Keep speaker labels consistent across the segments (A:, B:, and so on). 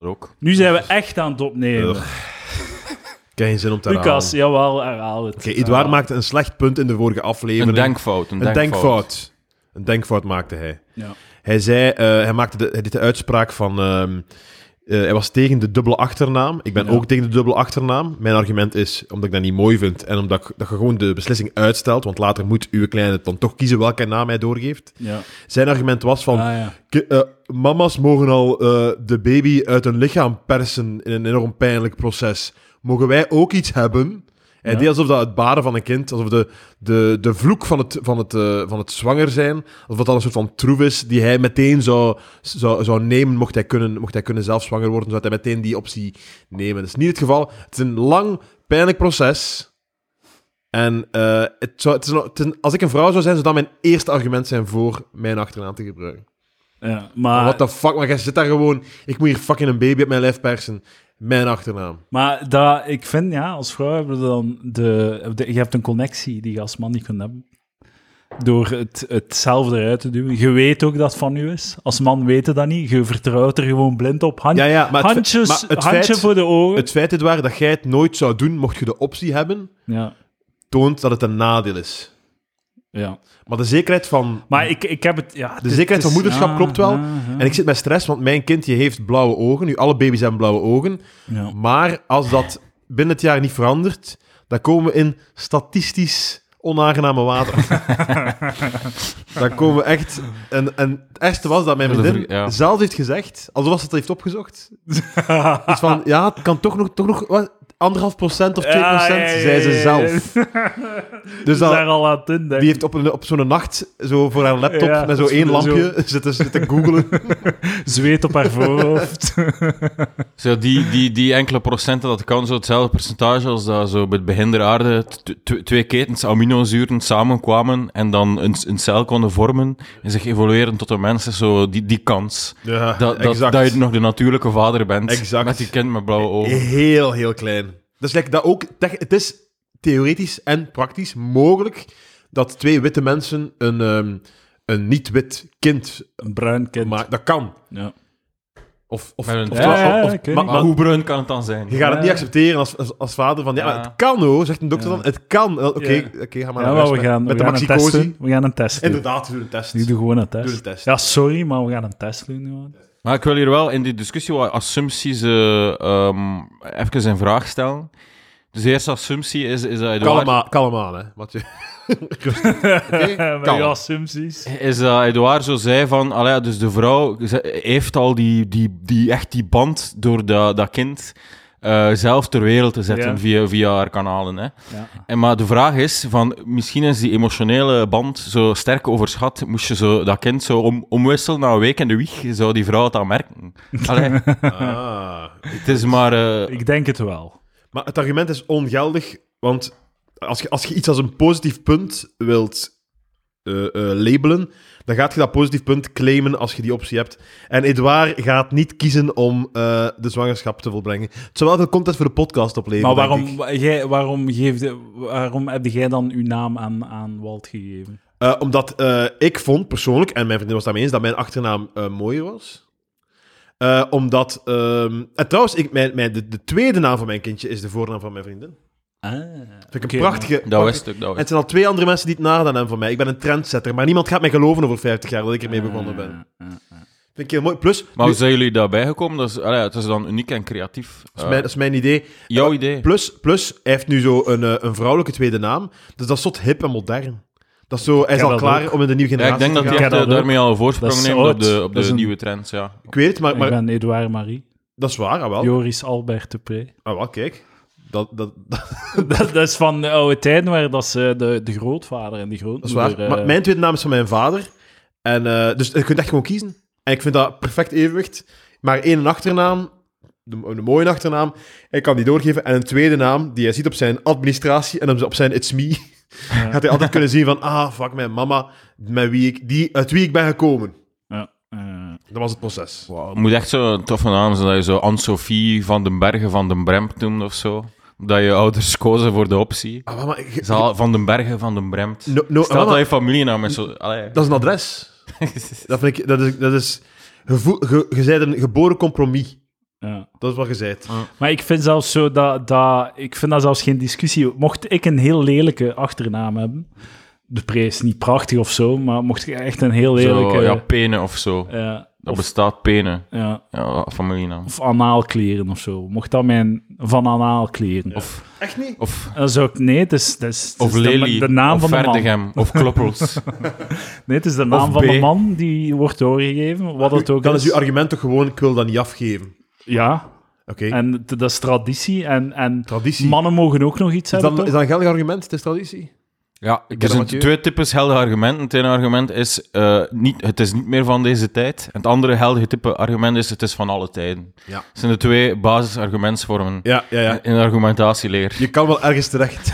A: Ook.
B: Nu zijn we echt aan het opnemen.
C: Ik heb geen zin om te herhalen.
B: Lucas, jawel, herhaal het.
C: Oké, Edouard maakte een slecht punt in de vorige aflevering.
A: Een denkfout.
C: Een denkfout maakte hij.
B: Ja.
C: Hij zei, hij deed de uitspraak van... hij was tegen de dubbele achternaam. Ik ben ook tegen de dubbele achternaam. Mijn argument is, omdat ik dat niet mooi vind en omdat dat je gewoon de beslissing uitstelt, want later moet uw kleine dan toch kiezen welke naam hij doorgeeft.
B: Ja.
C: Zijn argument was van... mama's mogen al de baby uit hun lichaam persen in een enorm pijnlijk proces. Mogen wij ook iets hebben? Hij deed alsof dat het baren van een kind, alsof de vloek van het zwanger zijn, alsof dat een soort van troef is die hij meteen zou nemen, mocht hij kunnen zelf zwanger worden, zou hij meteen die optie nemen. Dat is niet het geval. Het is een lang, pijnlijk proces. En als ik een vrouw zou zijn, zou dat mijn eerste argument zijn voor mijn achternaam te gebruiken.
B: Ja, maar...
C: What the fuck, maar jij zit daar gewoon... Ik moet hier fucking een baby op mijn lijf persen. Mijn achternaam.
B: Maar ik vind, als vrouw hebben we dan je hebt een connectie die je als man niet kunt hebben. Door het zelf eruit te duwen. Je weet ook dat het van u is. Als man weet je dat niet. Je vertrouwt er gewoon blind op.
C: Maar
B: handje voor de ogen.
C: Het feit, Edouard, dat jij het nooit zou doen, mocht je de optie hebben, toont dat het een nadeel is.
B: Ja.
C: Maar de zekerheid van...
B: Maar ik heb het... Ja,
C: de zekerheid van moederschap klopt wel. En ik zit met stress, want mijn kindje heeft blauwe ogen. Nu, alle baby's hebben blauwe ogen. Ja. Maar als dat binnen het jaar niet verandert, dan komen we in statistisch onaangename water. Dan komen we echt... En het ergste was dat mijn vriendin zelf heeft gezegd, alsof ze het heeft opgezocht. Dus van, het kan toch nog wat, 1,5% of 2%, zei ze zelf. Dus
B: daar al aan het
C: die heeft op zo'n nacht zo voor haar laptop met zo één lampje zitten googelen.
B: Zweet op haar voorhoofd.
A: Zo die enkele procenten, dat kan zo hetzelfde percentage als dat zo bij het begin der aarde twee ketens aminozuren samenkwamen en dan een cel konden vormen en zich evolueren tot een mens. Zo die kans. Ja, dat je nog de natuurlijke vader bent.
C: Exact.
A: Met die kind met blauwe ogen.
C: Heel, heel klein. Dus dat ook, het is theoretisch en praktisch mogelijk dat twee witte mensen een niet-wit kind...
B: Een bruin kind.
C: Maar dat kan.
B: Ja.
A: Maar hoe bruin kan het dan zijn?
C: Je gaat het niet accepteren als vader van... Maar het kan hoor, zegt een dokter dan. Het kan. Oké, ga maar naar huis met de maxicosi.
B: We gaan een test doen.
C: Inderdaad, we doen een test.
B: Ik doe gewoon een test. Ja, sorry, maar we gaan een test doen. Gewoon.
A: Maar ik wil hier wel in die discussie wat assumpties even een vraag stellen. Dus de eerste assumptie is dat Edouard...
C: Kalm aan, hè, Mathieu.
B: Met je assumpties.
A: Is dat Edouard zo zei van... dus de vrouw heeft al die band door dat kind zelf ter wereld te zetten via haar kanalen. Hè. Ja. Maar de vraag is, misschien is die emotionele band zo sterk overschat. Moest je zo dat kind zo omwisselen na een week in de wieg, zou die vrouw het aan merken. Het is maar...
B: Ik denk het wel.
C: Maar het argument is ongeldig, want als je iets als een positief punt wilt labelen, dan gaat je dat positief punt claimen als je die optie hebt. En Edouard gaat niet kiezen om de zwangerschap te volbrengen. Het zou wel veel content voor de podcast opleveren.
B: Maar waarom heb jij dan uw naam aan Walt gegeven?
C: Omdat ik vond persoonlijk, en mijn vriendin was daarmee eens, dat mijn achternaam mooier was. Omdat... en trouwens, de tweede naam van mijn kindje is de voornaam van mijn vriendin. Vind ik een prachtige...
A: Dat wist ik.
C: Het zijn al 2 andere mensen die het nagedaan hebben van mij. Ik ben een trendsetter, maar niemand gaat mij geloven over 50 jaar dat ik ermee begonnen ben. Vind ik heel mooi. Plus...
A: Maar hoe zijn jullie daarbij gekomen? Het is dan uniek en creatief.
C: Dat is mijn idee.
A: Jouw idee?
C: Plus, hij heeft nu zo een vrouwelijke tweede naam. Dus dat is tot hip en modern. Dat is zo, hij is al klaar om in de nieuwe generatie te gaan.
A: Ik denk dat hij daarmee al een voorsprong neemt op de nieuwe trends, ja.
C: Ik weet het, maar...
B: Ik ben Edouard Marie.
C: Dat is waar, wel.
B: Joris Albert Dupré.
C: Wel, kijk.
B: Dat is van de oude tijden waar dat ze de grootvader en de grootmoeder...
C: Dat is waar. Maar mijn tweede naam is van mijn vader. En, dus je kunt echt gewoon kiezen. En ik vind dat perfect evenwicht. Maar 1 achternaam, een mooie achternaam, hij kan die doorgeven. En een tweede naam, die hij ziet op zijn administratie en op zijn It's Me, gaat hij altijd kunnen zien van, fuck, mijn mama, uit wie ik ben gekomen. Dat was het proces.
A: Wow, het moet echt zo'n toffe naam zijn, dat je zo Anne-Sophie van den Bergen van den Bremt noemt of zo. Dat je ouders kozen voor de optie. Van den Bergen van den Bremt. Stel dat je familienaam is zo...
C: Dat is een adres. Dat vind ik... Dat is je bent een geboren compromis.
B: Ja.
C: Dat is wat gezegd.
B: Maar ik vind zelfs zo ik vind dat zelfs geen discussie. Mocht ik een heel lelijke achternaam hebben, de prijs niet prachtig of zo, maar mocht ik echt een heel lelijke...
A: Zo, Pene of zo. Dat bestaat, Pene.
B: Ja.
A: Familienaam.
B: Of anaalkleren of zo. Mocht dat mijn Van Anaalkleren.
C: Ja. Of... Echt niet?
B: Dan zou ik... Nee, het is
A: of Lely,
B: de naam
A: of
B: van de man.
A: Verdegem, of Kloppels.
B: Nee, het is de naam van de man die wordt doorgegeven, wat het ook
C: dan
B: is.
C: is uw argument toch gewoon, ik wil dat niet afgeven?
B: Ja.
C: Oké.
B: En dat is traditie. En
C: traditie.
B: Mannen mogen ook nog iets hebben, toch?
C: Is dat een geldig argument? Het is traditie?
A: Ja, er zijn 2 types heldige argumenten. Het ene argument is, het is niet meer van deze tijd. En het andere heldige type argument is, het is van alle tijden.
C: Ja.
A: Dat zijn de 2 basisargumentsvormen
C: ja.
A: in de argumentatieleer.
C: Je kan wel ergens terecht.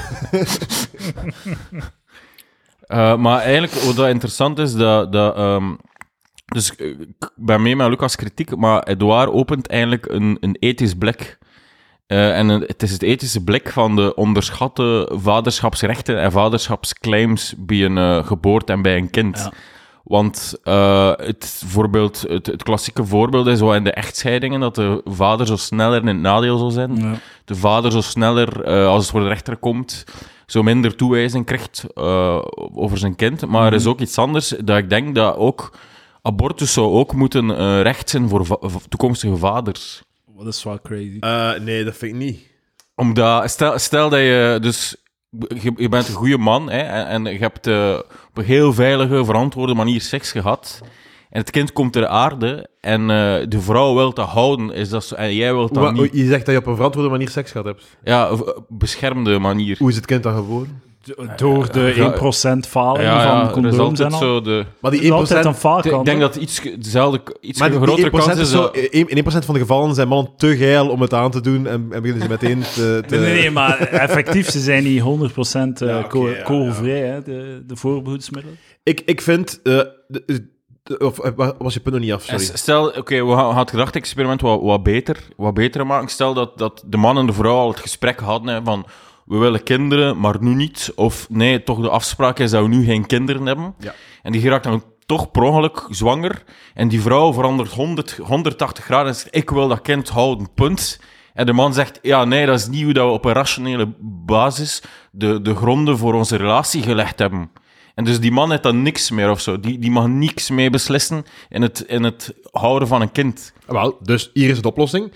A: Maar eigenlijk, wat dat interessant is, dus ik ben mee met Lucas' kritiek, maar Edouard opent eigenlijk een ethisch blik. En het is het ethische blik van de onderschatte vaderschapsrechten en vaderschapsclaims bij een geboorte en bij een kind. Ja. Want het klassieke voorbeeld is zo in de echtscheidingen, dat de vader zo sneller in het nadeel zou zijn. Ja. De vader zo sneller, als het voor de rechter komt, zo minder toewijzing krijgt over zijn kind. Maar er is ook iets anders, dat ik denk dat ook abortus zou ook moeten recht zijn voor toekomstige vaders.
B: Dat is wel crazy.
C: Nee, dat vind ik niet.
A: Omdat, stel dat je dus... Je bent een goede man, hè, en je hebt op een heel veilige, verantwoorde manier seks gehad. En het kind komt ter aarde en de vrouw wil dat houden. En jij wilt dat niet.
C: Je zegt dat je op een verantwoorde manier seks gehad hebt.
A: Ja, op beschermde manier.
C: Hoe is het kind dan geboren?
B: Door de 1% faling van condooms en al.
C: Maar die 1%...
B: een faalkant.
A: Ik denk dat iets grotere kans is...
C: In 1% van de gevallen zijn mannen te geil om het aan te doen en beginnen ze meteen te...
B: Nee, maar effectief, ze zijn niet 100% koolvrij, de voorbehoedsmiddelen.
C: Ik vind... Of was je punt nog niet af? Sorry.
A: Stel, we gaan het gedachte-experiment wat beter maken. Stel dat de man en de vrouw al het gesprek hadden, hè, van... We willen kinderen, maar nu niet. Of nee, toch de afspraak is dat we nu geen kinderen hebben. Ja. En die geraakt dan toch per ongeluk zwanger. En die vrouw verandert 180 graden en zegt, ik wil dat kind houden, punt. En de man zegt, ja, nee, dat is niet hoe dat we op een rationele basis de gronden voor onze relatie gelegd hebben. En dus die man heeft dan niks meer of zo. Die mag niks mee beslissen in het houden van een kind.
C: Wel, dus hier is de oplossing.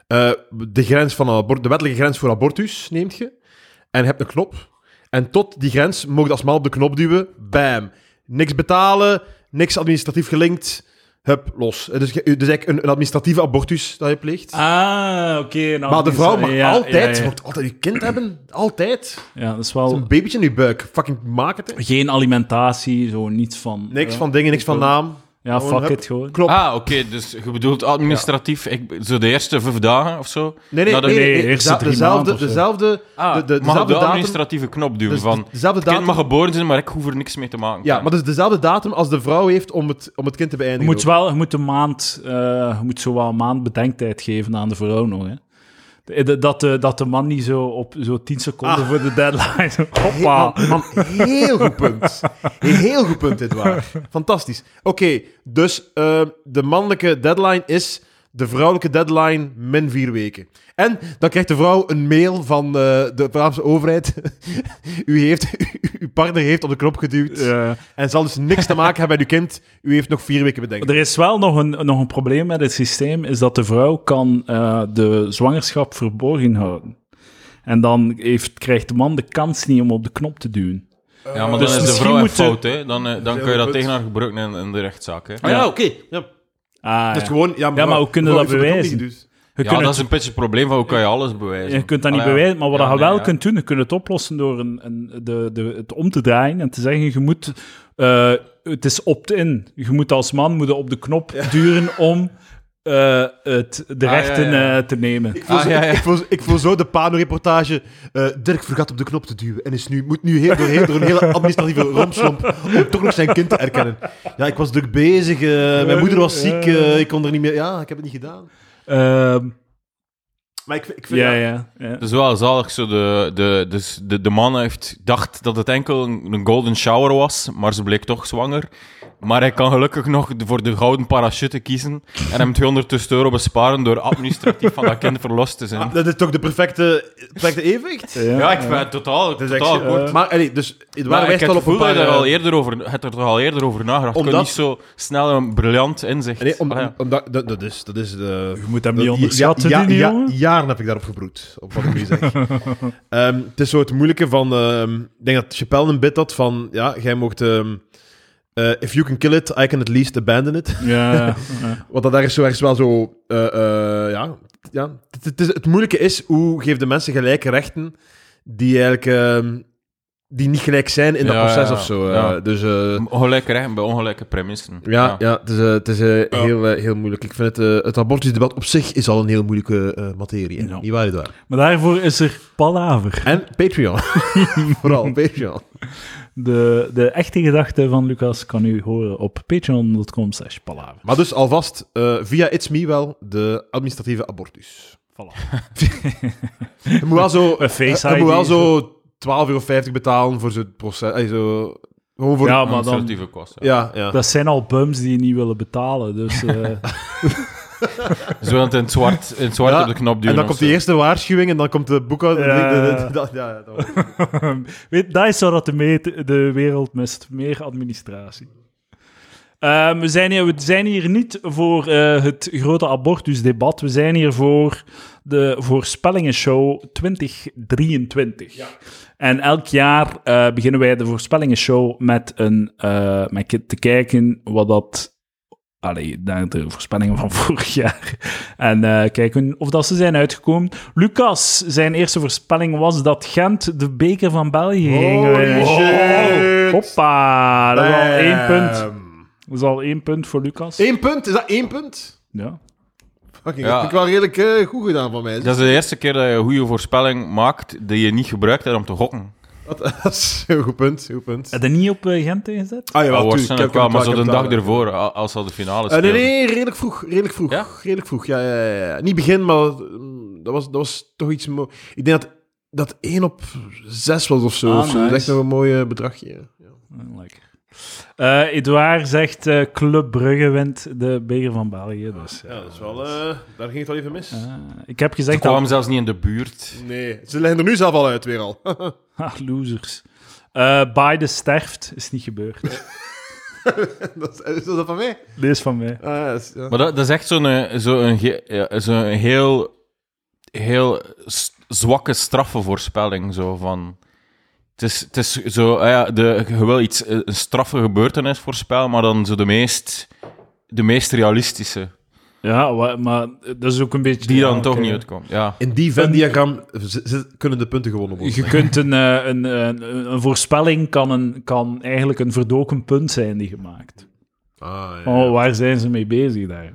C: De wettelijke grens voor abortus neemt je. En je hebt een knop. En tot die grens mogen als man op de knop duwen. Bam. Niks betalen. Niks administratief gelinkt. Hup, los. Dus eigenlijk een administratieve abortus dat je pleegt.
B: Oké.
C: Maar de vrouw mag altijd je kind hebben. Altijd.
B: Ja, dat is wel...
C: Een babytje in je buik. Fucking maak het. Hè.
B: Geen alimentatie, zo niets van...
C: Niks van dingen, niks van naam.
B: Ja, fuck it, gewoon.
C: Knop.
A: Oké, dus je bedoelt administratief, zo de eerste 5 dagen of zo?
C: Nee, dezelfde
A: mag de administratieve knop duwen van, het kind mag geboren zijn, maar ik hoef er niks mee te maken.
C: Ja, maar dat is dezelfde datum als de vrouw heeft om het kind te beëindigen.
B: Je moet zo wel een maand bedenktijd geven aan de vrouw nog, hè. Dat de man niet zo 10 seconden voor de deadline... Hoppa.
C: Man, heel goed punt. Heel goed punt, dit waar. Fantastisch. Oké, dus de mannelijke deadline is de vrouwelijke deadline min 4 weken. En dan krijgt de vrouw een mail van de Vlaamse overheid. Uw partner heeft op de knop geduwd. En zal dus niks te maken hebben met uw kind. U heeft nog 4 weken bedenken.
B: Er is wel nog een probleem met het systeem, is dat de vrouw kan de zwangerschap verborgen houden. En dan krijgt de man de kans niet om op de knop te duwen.
A: Ja, maar dan is de vrouw een fout, hè. Dan kun je dat tegen haar gebruiken in de rechtszaak, hè.
C: Oké. Ja. Dus gewoon...
B: maar hoe kunnen dat bewijzen?
A: Dat is een beetje het probleem van hoe kan je alles bewijzen.
B: Je kunt dat niet bewijzen, maar wat je wel kunt doen, je kunt het oplossen door het om te draaien en te zeggen, je moet... het is opt-in. Je moet als man op de knop duwen om de rechten te nemen.
C: Ik voel zo de Pano-reportage. Dirk vergat op de knop te duwen en moet nu door een hele administratieve rompslomp om toch nog zijn kind te erkennen. Ja, ik was druk bezig. Mijn moeder was ziek. Ik kon er niet meer... Ja, ik heb het niet gedaan. Maar ik vind...
B: Ja.
A: Het is wel zalig. Zo de man dacht dat het enkel een golden shower was, maar ze bleek toch zwanger. Maar hij kan gelukkig nog voor de gouden parachute kiezen en hem €200 besparen door administratief van dat kind verlost te zijn.
C: Dat is toch de perfecte evenwicht?
A: Ja, ik vind het totaal akkoord.
C: Maar dus,
A: Maar ik heb het gevoel dat je er al eerder over nagedacht. Je kunt niet zo snel een briljant inzicht.
C: Nee, omdat dat is de...
B: Je moet hem niet onderschatten, jongen.
C: Jaren heb ik daarop gebroed, op wat ik nu zeg. Het is zo het moeilijke van... ik denk dat Chappelle een bit had van... Ja, jij mocht... if you can kill it, I can at least abandon it.
B: Ja.
C: Want dat daar is zo ergens wel zo... Het moeilijke is, hoe geef de mensen gelijke rechten die eigenlijk... die niet gelijk zijn in dat proces of zo. Dus,
A: ongelijke rechten bij ongelijke premissen.
C: Het is heel moeilijk. Ik vind het abortusdebat op zich is al een heel moeilijke materie. Ja. Niet waar, daar.
B: Maar daarvoor is er palaver.
C: En Patreon. Vooral Patreon.
B: De echte gedachte van Lucas kan u horen op patreon.com/palaver.
C: Maar dus alvast via It's Me wel de administratieve abortus.
B: Voilà.
C: Je moet wel zo €12,50 betalen voor zo'n proces. Gewoon voor
B: maar dan...
A: kosten.
C: Ja.
B: Dat zijn al bums die niet willen betalen, dus...
A: Ze willen het in het zwart op de knop duwen.
C: En dan komt die eerste waarschuwing en dan komt de boekhouder...
B: Dat is zo dat de wereld mist. Meer administratie. We zijn hier niet voor het grote abortusdebat. We zijn hier voor de voorspellingenshow 2023. Ja. En elk jaar beginnen wij de voorspellingenshow met te kijken wat dat... naar de voorspellingen van vorig jaar. En kijken of dat ze zijn uitgekomen. Lucas, zijn eerste voorspelling was dat Gent de beker van België ging winnen. Hoppa, dat is al 1 punt. Dat is al 1 punt voor Lucas.
C: 1 punt? Is dat 1 punt?
B: Ja.
C: Dat heb ik wel redelijk goed gedaan van mij.
A: Dat is de eerste keer dat je een goede voorspelling maakt die je niet gebruikt hebt om te gokken.
C: Dat is een goed punt.
B: Heb je niet op Gent ingezet?
A: Waarschijnlijk wel, maar zo de dag ervoor, als al de finale speelde.
C: Nee, redelijk vroeg.
A: Ja?
C: Redelijk vroeg, ja. Niet begin, maar dat was toch iets... Ik denk dat 1 op 6 was of zo. Nice. Dat is echt nog een mooi bedragje. Ja.
B: Lekker. Edouard zegt Club Brugge wint de beker van België. Dus,
C: dat is wel... daar ging het wel even mis.
B: Ik heb gezegd
A: ze kwamen zelfs niet in de buurt.
C: Nee, ze leggen er nu zelf al uit, weer al.
B: Losers. Biden sterft, is niet gebeurd.
C: Is dat van mij?
B: Dit is van mij.
C: Ja.
A: Maar dat is echt zo'n heel zwakke straffenvoorspelling. Zo van... Het is zo... je wil een straffe gebeurtenis voorspellen, maar dan zo de meest realistische.
B: Ja, maar dat is ook een beetje...
A: Die dan toch niet uitkomt, ja.
C: In die Venn-diagram kunnen de punten gewonnen worden.
B: Je kunt een voorspelling kan eigenlijk een verdoken punt zijn die je maakt. Waar zijn ze mee bezig daar?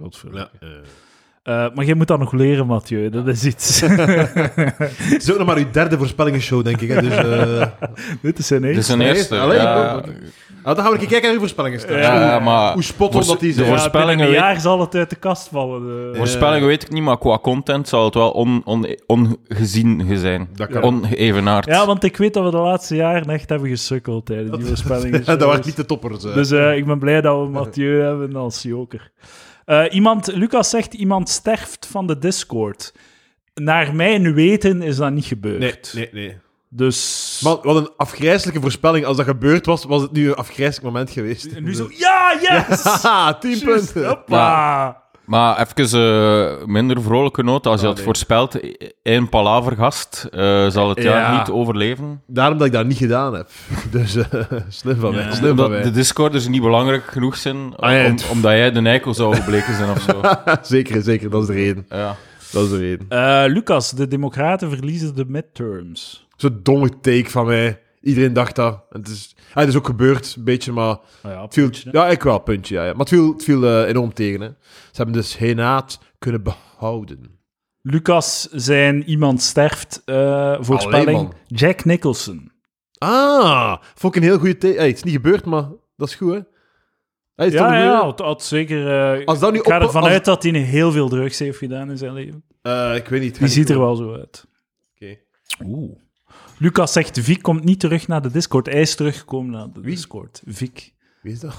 B: Maar jij moet dat nog leren, Mathieu. Dat is iets.
C: Het is ook nog maar uw derde voorspellingenshow, denk ik. Hè? Dus,
B: dit is zijn eerste.
A: Dit is zijn eerste.
C: Dan gaan we een kijken naar uw voorspellingen.
A: Maar
C: hoe spot on dat die zijn.
A: De voorspellingen
B: een jaar zal het uit de kast vallen.
A: De voorspellingen weet ik niet, maar qua content zal het wel ongezien zijn. Ongeëvenaard.
B: Ja, want ik weet dat we de laatste jaren echt hebben gesukkeld tijdens die voorspellingen.
C: Dat was niet de toppers.
B: Dus ik ben blij dat we Mathieu hebben als joker. Lucas zegt, iemand sterft van de Discord. Naar mijn weten is dat niet gebeurd.
C: Nee.
B: Dus...
C: Maar wat een afgrijselijke voorspelling. Als dat gebeurd was, was het nu een afgrijselijk moment geweest.
B: En nu zo, ja, yes!
C: Ja, 10 punten.
B: Hoppa!
A: Ja. Maar even minder vrolijke noot. Als je had voorspeld, 1 palavergast zal het jaar niet overleven.
C: Daarom dat ik dat niet gedaan heb. Dus slim van mij.
A: Omdat de Discorders niet belangrijk genoeg zijn, omdat jij de eikel zou gebleken zijn of zo.
C: Zeker. Dat is de reden.
A: Ja.
C: Dat is de reden.
B: Lucas, de Democraten verliezen de midterms.
C: Zo'n domme take van mij. Iedereen dacht dat. Het is ook gebeurd, een beetje, maar... ik wel, puntje. Ja. Maar het viel enorm tegen. Hè. Ze hebben dus Henaat kunnen behouden.
B: Lucas, zijn iemand sterft voorspelling. Jack Nicholson.
C: Vond ik een heel goede take. Het is niet gebeurd, maar dat is goed, hè?
B: Het had zeker... ik ga ervan uit dat hij heel veel drugs heeft gedaan in zijn leven.
C: Ik weet niet.
B: Die ziet er wel zo uit.
C: Oké.
B: Oeh. Lucas zegt, Vic komt niet terug naar de Discord. Hij is teruggekomen naar de Discord. Vic.
C: Wie is dat?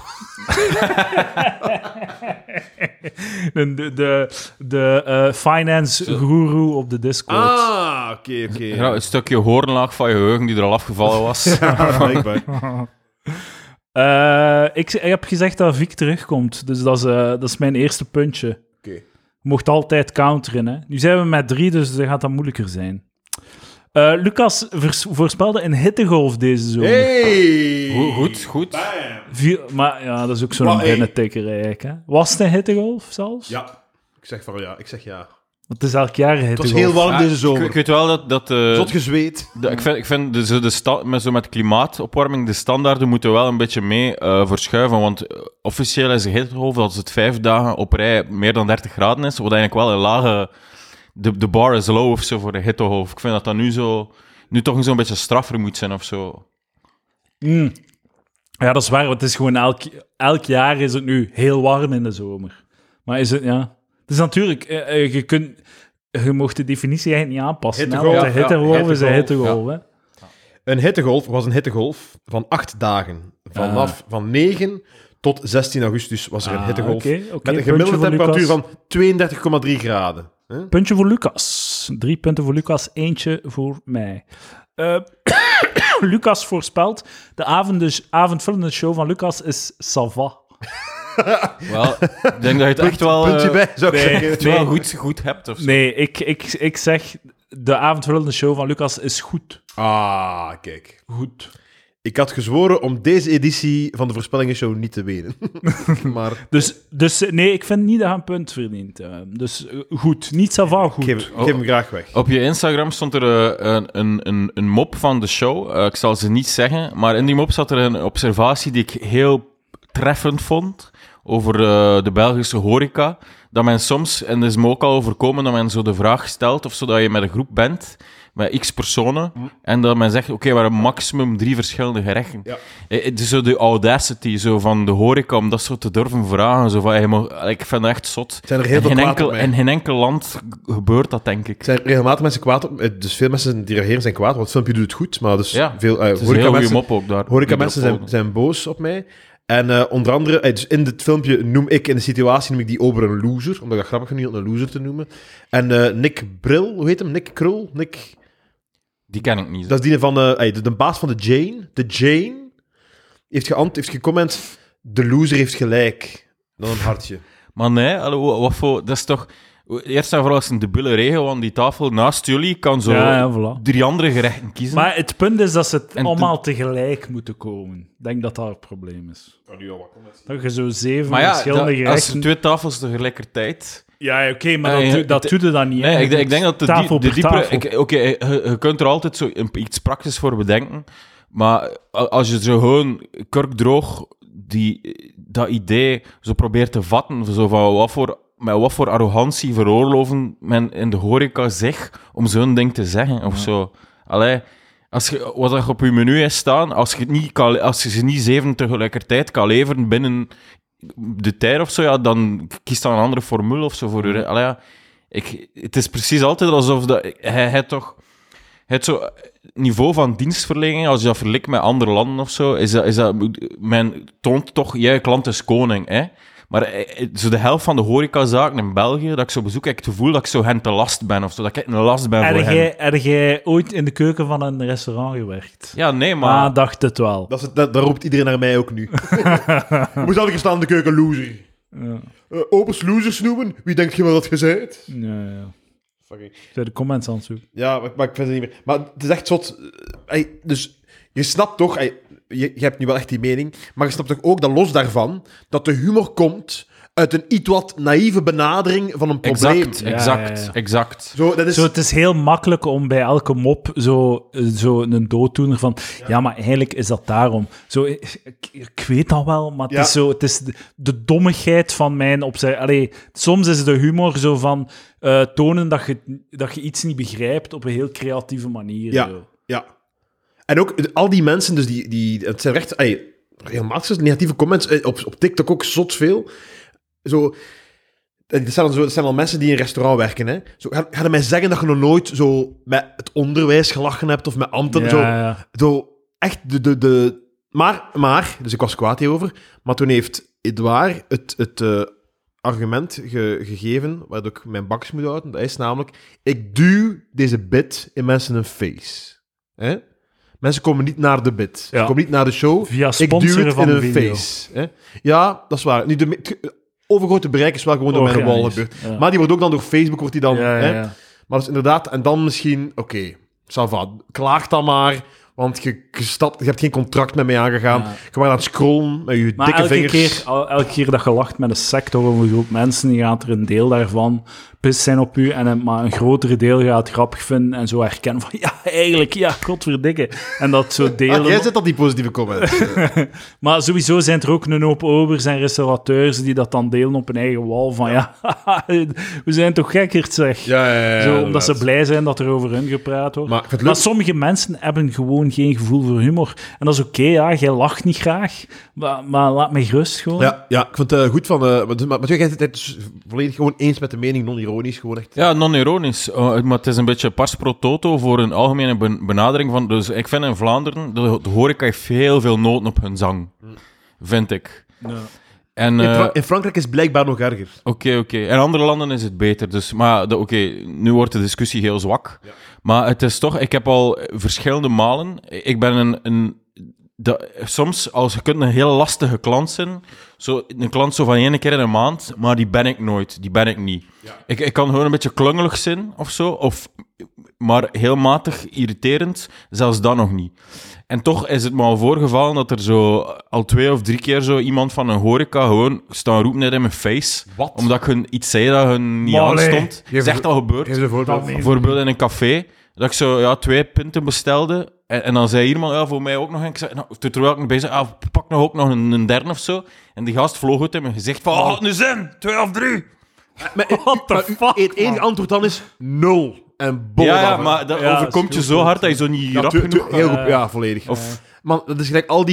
B: de finance guru op de Discord.
C: Oké.
A: Ja, een stukje hoornlaag van je geheugen die er al afgevallen was.
B: Ik heb gezegd dat Vic terugkomt, dus dat is mijn eerste puntje.
C: Oké.
B: Je mocht altijd counteren, hè. Nu zijn we met 3, dus dan gaat dat moeilijker zijn. Lucas voorspelde een hittegolf deze zomer.
C: Hey!
A: Goed.
B: Maar ja, dat is ook zo'n binnentikker eigenlijk. Hè. Was het een hittegolf zelfs?
C: Ja. Ik zeg ja.
B: Want het is elk jaar een hittegolf.
C: Het was heel warm deze zomer.
A: Ik weet wel dat
C: Zot gezweet.
A: Ik vind met klimaatopwarming de standaarden moeten wel een beetje mee verschuiven, want officieel is een hittegolf als het 5 dagen op rij meer dan 30 graden is, wat eigenlijk wel een lage... De bar is low of zo voor de hittegolf. Ik vind dat nu toch zo'n beetje straffer moet zijn of zo.
B: Ja, dat is waar, want het is gewoon elk jaar is het nu heel warm in de zomer. Maar is het, ja... Het is natuurlijk... Je mocht de definitie eigenlijk niet aanpassen.
C: Hittegolf,
B: want een hittegolf is een hittegolf, hè.
C: Een hittegolf was een hittegolf van 8 dagen. Van 9 tot 16 augustus was er een hittegolf. Met een gemiddelde temperatuur van 32,3 graden.
B: Puntje voor Lucas. 3 punten voor Lucas, eentje voor mij. Lucas voorspelt, de avondvullende show van Lucas is Sava.
A: Wel, ik denk dat je het echt wel...
C: Puntje bij, zou ik zeggen.
A: Het wel goed hebt of zo.
B: Nee, ik zeg, de avondvullende show van Lucas is goed.
C: Kijk.
B: Goed.
C: Ik had gezworen om deze editie van de Voorspellingenshow niet te wenen. Maar...
B: Dus nee, ik vind niet dat hij een punt verdient. Dus goed, niet Sava, goed.
C: Geef hem graag weg.
A: Op je Instagram stond er een mop van de show. Ik zal ze niet zeggen, maar in die mop zat er een observatie die ik heel treffend vond over de Belgische horeca. Dat men soms, en dat is me ook al overkomen, dat men zo de vraag stelt of zo dat je met een groep bent met x personen, en dat men zegt, oké, we hebben maximum 3 verschillende gerechten.
C: Ja.
A: Het is zo de audacity zo van de horeca, om dat zo te durven vragen. Zo van, ik vind dat echt zot.
C: Zijn er heel veel kwaad op mij.
A: In geen enkel land gebeurt dat, denk ik.
C: Zijn regelmatig mensen kwaad op... Dus veel mensen die reageren zijn kwaad, want het filmpje doet het goed, maar dus veel...
A: het is een heel goede mop ook daar.
C: Horeca-mensen zijn boos op mij. En onder andere, dus in dit filmpje in de situatie noem ik die ober een loser, omdat ik dat grappig vind om een loser te noemen. En Nick Bril, hoe heet hem? Nick Krul?
A: Die ken ik niet.
C: Dat is die van de baas van de Jane. De Jane heeft gecomment, de loser heeft gelijk. Dan een hartje.
A: Maar nee, wat voor... Dat is toch... Eerst en vooral is een debiele regel, want die tafel naast jullie kan zo
B: voilà.
A: 3 andere gerechten kiezen.
B: Maar het punt is dat ze het allemaal tegelijk moeten komen. Ik denk dat dat het probleem is. Dat je zo 7 verschillende gerechten...
A: als 2 tafels tegelijkertijd...
B: Ja, oké, maar dat doet het dan niet.
A: Nee, ik denk dat
B: tafel
A: de diepere...
B: je
A: kunt er altijd zo iets praktisch voor bedenken, maar als je zo gewoon kurkdroog dat idee zo probeert te vatten, zo van met wat voor arrogantie veroorloven men in de horeca zich om zo'n ding te zeggen, of zo. Allee, wat er op je menu is staan, als je ze niet 7 tegelijkertijd kan leveren binnen de tijd of zo, dan kiest dan een andere formule of zo voor u. Allee, het is precies altijd alsof hij toch... Het zo niveau van dienstverlening, als je dat vergelijkt met andere landen of zo, is dat men toont toch, jij klant is koning, hè? Maar zo de helft van de horecazaken in België, dat ik zo bezoek, heb ik het gevoel dat ik zo hen te last ben, of zo, dat ik een last ben voor hen.
B: Heb jij ooit in de keuken van een restaurant gewerkt?
A: Ja, nee, maar...
B: dacht het wel.
C: Daar roept iedereen naar mij ook nu. Moet altijd staan in de keuken, loser. Ja. Opens losers noemen? Wie denkt je wel dat je bent?
B: Ja. Zijn de comments aan het zoeken?
C: Ja, maar ik vind het niet meer. Maar het is echt zot. Dus je snapt toch... Je hebt nu wel echt die mening, maar je snapt toch ook dat los daarvan, dat de humor komt uit een iets wat naïeve benadering van een probleem.
A: Exact.
B: Zo, het is heel makkelijk om bij elke mop zo een dooddoener van... Ja, maar eigenlijk is dat daarom. Zo, ik weet dat wel, maar het is de dommigheid van mijn opzij. Soms is de humor zo van tonen dat je iets niet begrijpt op een heel creatieve manier.
C: Ja. En ook al die mensen, dus het zijn recht... regelmatig negatieve comments op TikTok ook zot veel. Zo... Dat zijn al mensen die in een restaurant werken. Hè. Zo, ga je mij zeggen dat je nog nooit zo met het onderwijs gelachen hebt of met ambten? Zo echt Maar, dus ik was kwaad hierover, maar toen heeft Edouard het argument gegeven, waar ik mijn bakjes moet houden. Dat is namelijk, ik duw deze bit in mensen een face. Hè? Mensen komen niet naar de bit. Ze komen niet naar de show.
B: Via
C: ik duw het in een
B: video.
C: face. Hè? Ja, dat is waar. Nu, overgrote bereik is wel gewoon door mijn wal gebeurd. Ja. Maar die wordt ook dan door Facebook, wordt die dan... Hè? Maar dat is inderdaad... En dan misschien... Oké, ça va. Klaag dan maar... Want je hebt geen contract met mij aangegaan. Ja. Je was aan het scrollen met je dikke vingers.
B: Elke keer dat je lacht met een sector of een groep mensen, die gaat er een deel daarvan pis zijn op u, maar een grotere deel gaat het grappig vinden en zo herkennen van, ja, eigenlijk, ja, godverdikke. En dat zo delen...
C: jij zet dat die positieve comments.
B: Maar sowieso zijn er ook een hoop obers en restaurateurs die dat dan delen op hun eigen wal van, ja, we zijn toch gekkerd, zeg. Zo, omdat ze blij zijn dat er over hun gepraat wordt. Maar sommige mensen hebben gewoon geen gevoel voor humor. En dat is oké, ja, jij lacht niet graag, maar laat mij gerust gewoon.
C: Ja, ik vind het goed van... maar jij bent het dus volledig gewoon eens met de mening, non-ironisch, gewoon echt...
A: Ja, non-ironisch. Maar het is een beetje pars pro toto voor een algemene benadering van... Dus ik vind in Vlaanderen, de horeca heeft heel veel noten op hun zang. Vind ik. Ja.
C: En, in Frankrijk is het blijkbaar nog erger.
A: Oké. In andere landen is het beter. Dus, maar nu wordt de discussie heel zwak. Ja. Maar het is toch... Ik heb al verschillende malen... Ik ben soms, als je kunt een heel lastige klant zijn, een klant zo van 1 keer in een maand, maar die ben ik nooit. Die ben ik niet. Ja. Ik kan gewoon een beetje klungelig zijn, of zo, maar heel matig irriterend, zelfs dat nog niet. En toch is het me al voorgevallen dat er zo al 2 of 3 keer zo iemand van een horeca gewoon staan roepen net in mijn face.
C: Wat?
A: Omdat ik iets zei dat hun niet aanstond. Dat is echt al gebeurd. Bijvoorbeeld in een café, dat ik zo 2 pinten bestelde. En dan zei iemand, voor mij ook nog. En ik zei, terwijl ik nog bezig zei, pak nog ook nog een derde of zo. En die gast vloog uit in mijn gezicht van, wat nu zin? 2 of 3?
C: What the fuck? Het enige antwoord dan is 0. En
A: ja, maar dat overkomt je zo hard dat je zo niet rap genoeg...
C: Heel goed, ja, volledig. Man, dat is gelijk al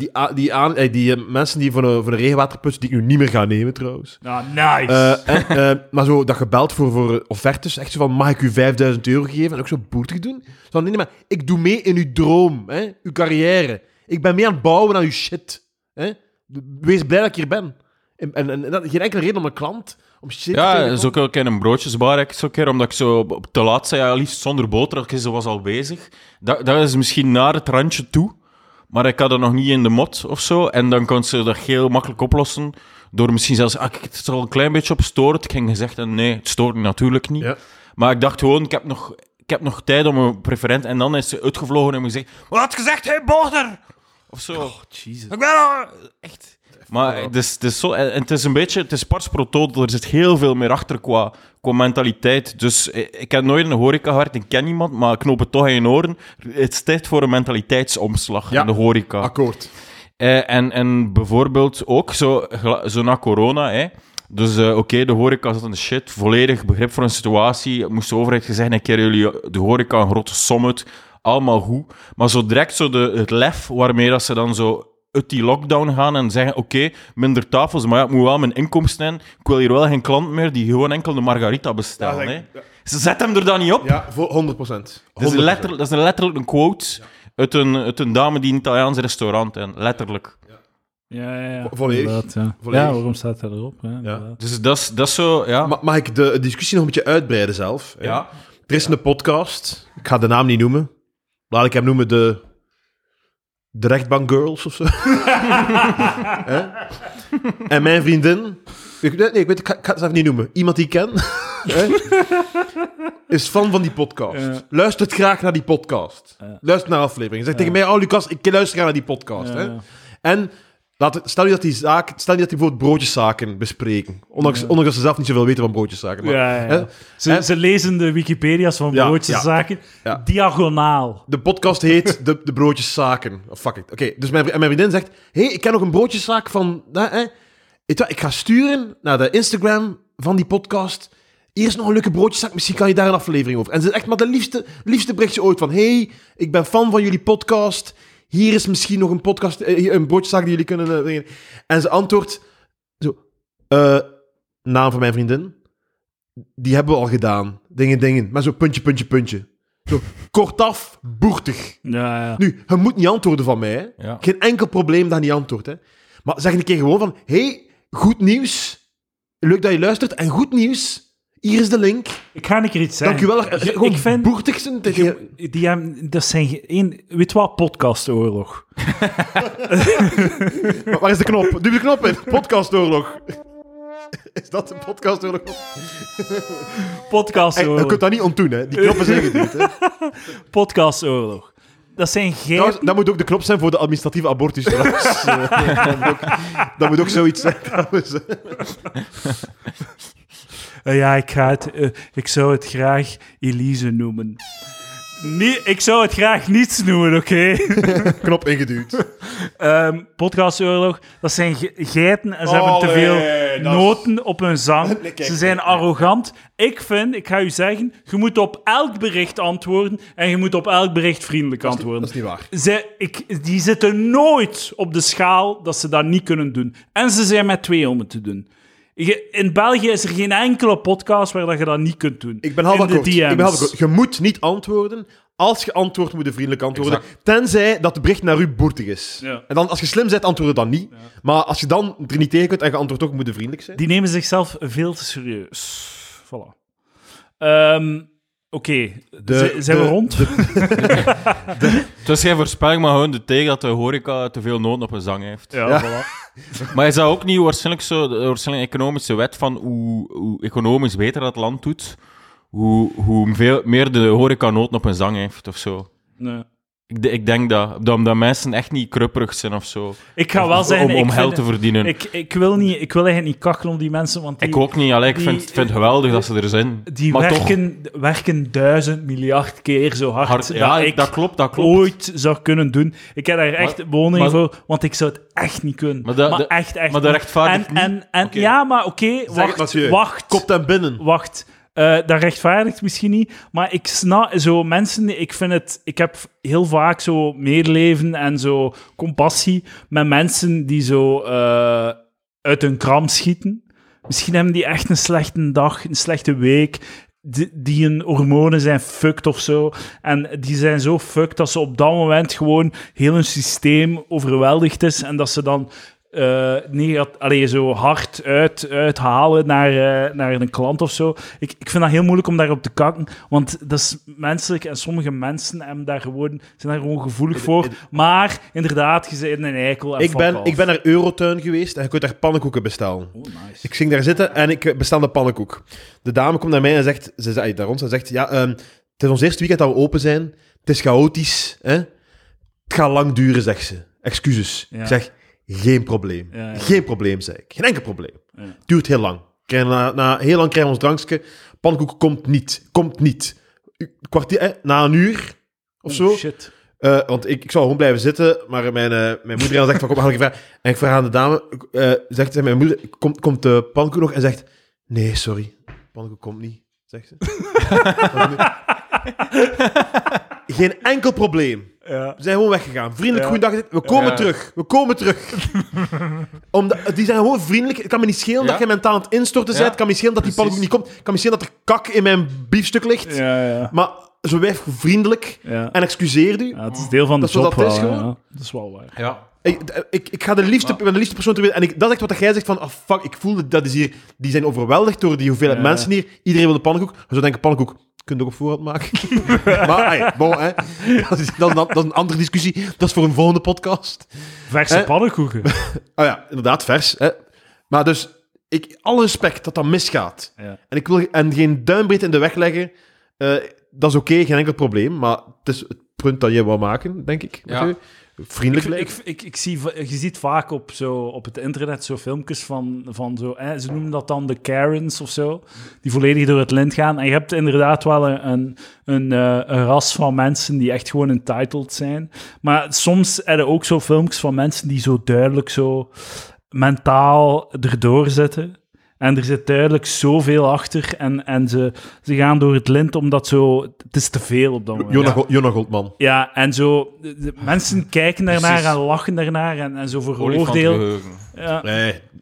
C: die mensen die voor een regenwaterput, die ik nu niet meer ga nemen, trouwens.
B: Ja, nice.
C: Maar zo, dat gebeld voor offertes, echt zo van, mag ik u €5.000 geven? En ook zo boertig doen. Zo, nee, maar ik doe mee in uw droom, hè? Uw carrière. Ik ben mee aan het bouwen aan uw shit. Hè? Wees blij dat ik hier ben. En dat, geen enkele reden om een klant...
A: Ja, zo ook in een broodjesbar, omdat ik zo te laat zei, liefst zonder boter, ze was al bezig. Dat is misschien naar het randje toe, maar ik had het nog niet in de mot of zo. En dan kon ze dat heel makkelijk oplossen, door misschien zelfs, het is al een klein beetje op stoort. Ik ging gezegd, nee, het stoort me natuurlijk niet. Ja. Maar ik dacht gewoon, ik heb nog tijd om een preferent. En dan is ze uitgevlogen en me gezegd, wat had gezegd, hey, boter? Of zo.
C: Oh, Jesus.
A: Ik ben al... Echt... Maar het is zo, en het is een beetje, het is pars pro toto, er zit heel veel meer achter qua mentaliteit. Dus ik heb nooit in de horeca gewerkt, ik ken niemand, maar ik knoop het toch in je oren. Het is tijd voor een mentaliteitsomslag in de horeca.
C: Akkoord.
A: En bijvoorbeeld ook zo na corona, hè. Dus de horeca zat in de shit, volledig begrip voor een situatie. Moest de overheid gezegd, een keer jullie de horeca een grote som uit, allemaal goed. Maar zo direct het lef waarmee dat ze dan zo uit die lockdown gaan en zeggen, minder tafels, maar ja, ik moet wel mijn inkomsten in. Ik wil hier wel geen klant meer die gewoon enkel de margarita bestellen. Ja, Ze zetten hem er dan niet op.
C: Ja, voor 100%.
A: Dat is letterlijk een quote uit een dame die een Italiaans restaurant en letterlijk.
B: Ja.
C: Volledig.
B: Ja, waarom staat hij erop?
A: Ja. Dus dat is zo, ja.
C: Mag ik de discussie nog een beetje uitbreiden zelf?
A: Ja.
C: Er is een podcast, ik ga de naam niet noemen. Laat ik hem noemen de rechtbank girls of zo. En mijn vriendin... Ik ga het even niet noemen. Iemand die ik ken... is fan van die podcast. Ja. Luistert graag naar die podcast. Ja. Luister naar de aflevering. Zeg tegen mij, Lucas, ik luister graag naar die podcast. Ja. Hè? En stel je dat die bijvoorbeeld broodjeszaken bespreken. Ondanks dat ze zelf niet zoveel weten van broodjeszaken. Maar,
B: Ze lezen de Wikipedia's van broodjeszaken. Ja. Diagonaal.
C: De podcast heet de broodjeszaken. Oh, fuck it. Oké, dus mijn vriendin zegt... ik ken nog een broodjeszaak van... Ik ga sturen naar de Instagram van die podcast. Hier is nog een leuke broodjeszaak. Misschien kan je daar een aflevering over. En ze zegt echt maar de liefste berichtje ooit van... ik ben fan van jullie podcast... Hier is misschien nog een podcast, een broodjeszaak die jullie kunnen... en ze antwoordt zo... naam van mijn vriendin. Die hebben we al gedaan. Dingen. Maar zo puntje. Zo kortaf, boertig.
B: Ja.
C: Nu, je moet niet antwoorden van mij. Hè.
A: Ja.
C: Geen enkel probleem dat je niet antwoordt. Hè. Maar zeg een keer gewoon van... Hey, goed nieuws. Leuk dat je luistert. En goed nieuws. Hier is de link.
B: Ik ga een keer iets zeggen.
C: Dank u wel. Gewoon
B: Ik vind...
C: boertig zijn.
B: Dat zijn weet wat? Podcastoorlog.
C: Maar waar is de knop? Duw de knop in. Podcastoorlog. Is dat een podcastoorlog?
B: Podcastoorlog.
C: Je kunt dat niet ontdoen, hè. Die knoppen zijn geduwd, hè.
B: Podcastoorlog. Dat zijn geen...
C: Dat moet ook de knop zijn voor de administratieve abortus. Dat moet ook zoiets zijn, trouwens.
B: Ik zou het graag Elise noemen. Nee, ik zou het graag niets noemen, oké?
C: Knop ingeduwd.
B: Podcastoorlog, dat zijn geiten en ze hebben te veel noten op hun zang. Ze zijn arrogant. Ik ga u zeggen, je moet op elk bericht antwoorden en je moet op elk bericht vriendelijk antwoorden.
C: Dat is niet waar.
B: Die zitten nooit op de schaal dat ze dat niet kunnen doen. En ze zijn met 2 om het te doen. In België is er geen enkele podcast waar je dat niet kunt doen.
C: Ik ben half akkoord. Je moet niet antwoorden. Als je antwoordt, moet je vriendelijk antwoorden. Exact. Tenzij dat de bericht naar u boertig is. Ja. En dan, als je slim bent, antwoord dan niet. Ja. Maar als je dan er niet tegen kunt en je antwoordt ook, moet je vriendelijk zijn.
B: Die nemen zichzelf veel te serieus. Voilà. Oké. Zijn we rond?
A: Dus jij voorspelling maar gewoon de tegen dat de horeca te veel noten op een zang heeft.
B: Ja. Voilà.
A: Maar is dat ook niet waarschijnlijk een economische wet van hoe economisch beter dat land doet, hoe veel meer de horeca noten op een zang heeft of zo?
B: Nee.
A: Ik denk dat mensen echt niet krupperig zijn of zo.
B: Ik ga wel zeggen...
A: Om geld te verdienen.
B: Ik wil eigenlijk niet kachelen op die mensen, want
A: ik ook niet. Ik vind het geweldig dat ze er zijn.
B: Die werken 1000 miljard keer zo hard
A: ja, dat klopt.
B: Ooit zou kunnen doen. Ik heb daar echt bewondering voor, want ik zou het echt niet kunnen. Maar echt
A: Maar dat rechtvaardigt niet.
B: Okay. Ja, maar oké, wacht.
C: Kop hem binnen.
B: Wacht. Dat rechtvaardigt misschien niet, maar ik snap zo mensen. Ik heb heel vaak zo medeleven en zo compassie met mensen die zo uit hun kram schieten. Misschien hebben die echt een slechte dag, een slechte week. Die hun hormonen zijn fucked of zo. En die zijn zo fucked dat ze op dat moment gewoon heel hun systeem overweldigd is en dat ze dan zo hard uithalen naar een klant of zo. Ik vind dat heel moeilijk om daarop te kakken, want dat is menselijk en sommige mensen zijn daar gewoon gevoelig voor. Maar inderdaad, je bent een eikel.
C: Ik ben naar Eurotuin geweest en je kunt daar pannenkoeken bestellen.
B: Oh, nice.
C: Ik ging daar zitten en ik bestel een pannenkoek. De dame komt naar mij en zegt, ze zegt ja, het is ons eerste weekend dat we open zijn. Het is chaotisch. Hè? Het gaat lang duren, zegt ze. Excuses. Ja. Ik zeg... Geen probleem. Ja. Geen probleem, zei ik. Geen enkel probleem. Ja. Duurt heel lang. Na heel lang krijgen we ons drankje. Pannenkoek komt niet. Kwartier, na een uur of zo.
B: Shit.
C: Want ik zou gewoon blijven zitten, maar mijn moeder zegt van kom, ik vraag. En ik vraag aan de dame, zegt mijn moeder, komt de pannenkoek nog? En zegt, nee, sorry, pannenkoek komt niet, zegt ze. Geen enkel probleem. Ja. We zijn gewoon weggegaan. Vriendelijk, goeiedag. We komen terug. Die zijn gewoon vriendelijk. Het kan me niet schelen dat je mentaal aan het instorten bent. Het kan me schelen dat die pannenkoek niet komt. Het kan me schelen dat er kak in mijn biefstuk ligt.
B: Ja.
C: Maar zo blijf vriendelijk en excuseer u.
B: Ja, het is deel van de job.
C: Dat is gewoon.
B: Ja. Dat is wel waar.
A: Ja.
C: Ik ga de liefste persoon ter wereld. En dat is echt wat jij zegt van, fuck, ik voel dat is hier... Die zijn overweldigd door die hoeveelheid mensen hier. Iedereen wil de pannenkoek. Je zou denken, pannenkoek... Kun je ook op voorhand maken. Maar, hè. Dat is een andere discussie. Dat is voor een volgende podcast.
B: Verse pannenkoeken.
C: Oh ja, inderdaad, vers. Hè. Maar dus, alle respect dat misgaat. Ja. En ik wil geen duimbreedte in de weg leggen. Dat is oké, geen enkel probleem. Maar het is het punt dat je wil maken, denk ik. Ja. Vriendelijk blijven.
B: Je ziet vaak op het internet zo filmpjes van zo... ze noemen dat dan de Karens of zo. Die volledig door het lint gaan. En je hebt inderdaad wel een ras van mensen die echt gewoon entitled zijn. Maar soms heb je ook zo filmpjes van mensen die zo duidelijk zo mentaal erdoor zitten. En er zit duidelijk zoveel achter. En ze gaan door het lint omdat zo... Het is te veel op dat moment.
C: Jonah Goldman.
B: Ja, en zo... Mensen kijken daarnaar en lachen daarnaar en zo veroordelen.
C: Ja. Nee,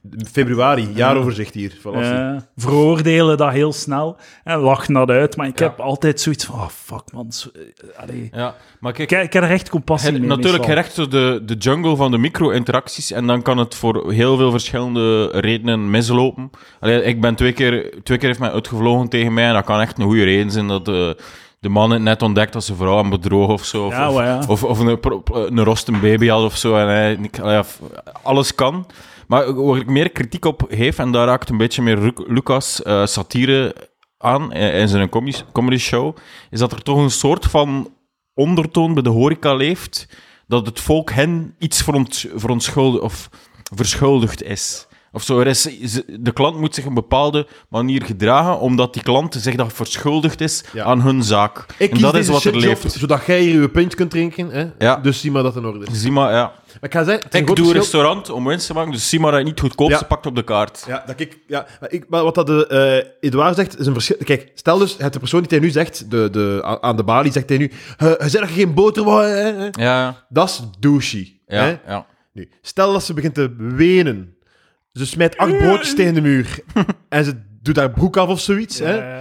C: Februari, jaaroverzicht hier.
B: Veroordelen dat heel snel en lachen dat uit. Maar ik heb altijd zoiets van, fuck man.
A: Ja, maar kijk,
B: ik heb er echt compassie mee.
A: Natuurlijk, je recht de jungle van de micro-interacties en dan kan het voor heel veel verschillende redenen mislopen. Ik ben twee keer heeft mij uitgevlogen tegen mij en dat kan echt een goede reden zijn dat de man het net ontdekt als zijn vrouw aan bedrogen of zo. Of een rosten baby had of zo. En alles kan. Maar waar ik meer kritiek op heeft, en daar raakt een beetje meer Lucas satire aan in zijn comedy show, is dat er toch een soort van ondertoon bij de horeca leeft, dat het volk hen iets verschuldigd is. Of zo, de klant moet zich op een bepaalde manier gedragen, omdat die klant zich dat verschuldigd is aan hun zaak.
C: En dat is wat er leeft. Zodat jij hier je pint kunt drinken, hè?
A: Ja.
C: Dus zie maar dat het in orde is.
A: Zie maar, ja.
C: Maar ik ga zeggen,
A: ik doe een restaurant om winst te maken, dus zie maar dat je niet goedkoopste pakt op de kaart.
C: Maar wat dat Edouard zegt, is een verschil. Kijk, stel dus, de persoon die hij nu zegt, aan de balie zegt hij nu, hij zegt dat je geen boter wou, hè?
A: Ja.
C: Dat is douchey.
A: Ja.
C: Nu, stel dat ze begint te wenen. Ze smijt 8 broodjes tegen de muur. En ze doet haar broek af of zoiets.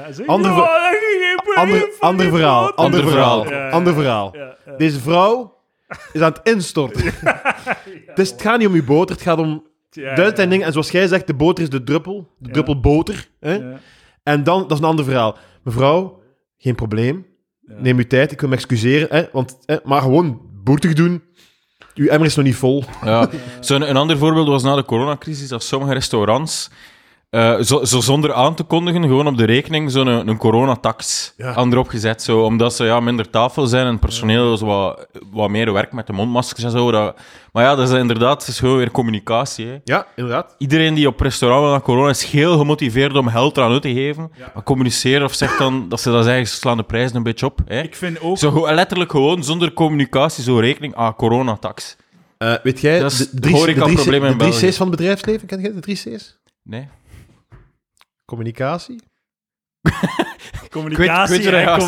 C: Ander verhaal. Deze vrouw is aan het instorten. Dus het gaat niet om je boter, het gaat om duizend dingen. En zoals jij zegt, de boter is de druppel. De druppel boter. Hè? En dan, dat is een ander verhaal. Mevrouw, geen probleem. Neem uw tijd, ik wil me excuseren. Hè? Maar gewoon boertig doen. Uw emmer is nog niet vol.
A: Ja. Een ander voorbeeld was na de coronacrisis dat sommige restaurants zo zonder aan te kondigen gewoon op de rekening een coronatax aan erop gezet. Zo, omdat ze minder tafel zijn en het personeel wat meer werkt met de mondmaskers en zo. Maar ja, dat is inderdaad, het is gewoon weer communicatie. Hè.
C: Ja, inderdaad.
A: Iedereen die op restaurant wil na corona is heel gemotiveerd om geld eraan uit te geven. Ja. Maar communiceren of zegt dan dat ze zeggen, ze slaan de prijzen een beetje op. Hè.
B: Ik vind ook...
A: Zo letterlijk gewoon zonder communicatie zo rekening, coronatax.
C: Weet jij de 3 C's van het bedrijfsleven? Ken je de 3 C's?
A: Nee.
C: Communicatie.
B: Communicatie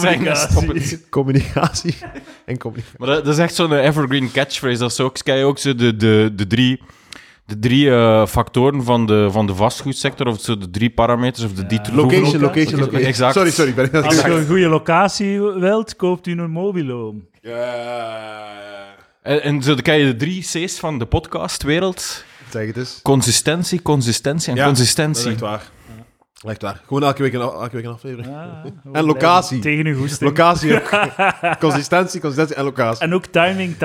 C: en communicatie.
A: Maar dat is echt zo'n evergreen catchphrase. Dat is ook, kijk je ook zo de drie factoren van de vastgoedsector, of zo de 3 parameters, of de
C: location.
A: Exact.
C: Sorry.
B: Als je een goede locatie wilt, koopt u een mobilo.
A: En zo kijk je de 3 C's van de podcastwereld.
C: Zeg het eens.
A: Consistentie en consistentie.
C: Dat is echt waar. Echt waar. Gewoon elke week een aflevering. Ja, en locatie.
B: Tegen uw goesting.
C: Locatie ook. Consistentie en locatie.
B: En ook timing.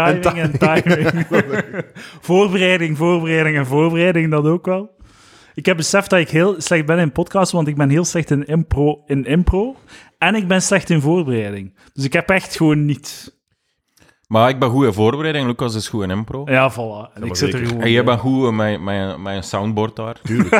B: Voorbereiding, dat ook wel. Ik heb beseft dat ik heel slecht ben in podcasts, want ik ben heel slecht in impro. En ik ben slecht in voorbereiding. Dus ik heb echt gewoon niets.
A: Maar ik ben goed in voorbereiding, Lucas is goed in impro.
B: Ja, voilà. En ik zit er gewoon.
A: En jij bent goed met een soundboard daar.
C: Tuurlijk.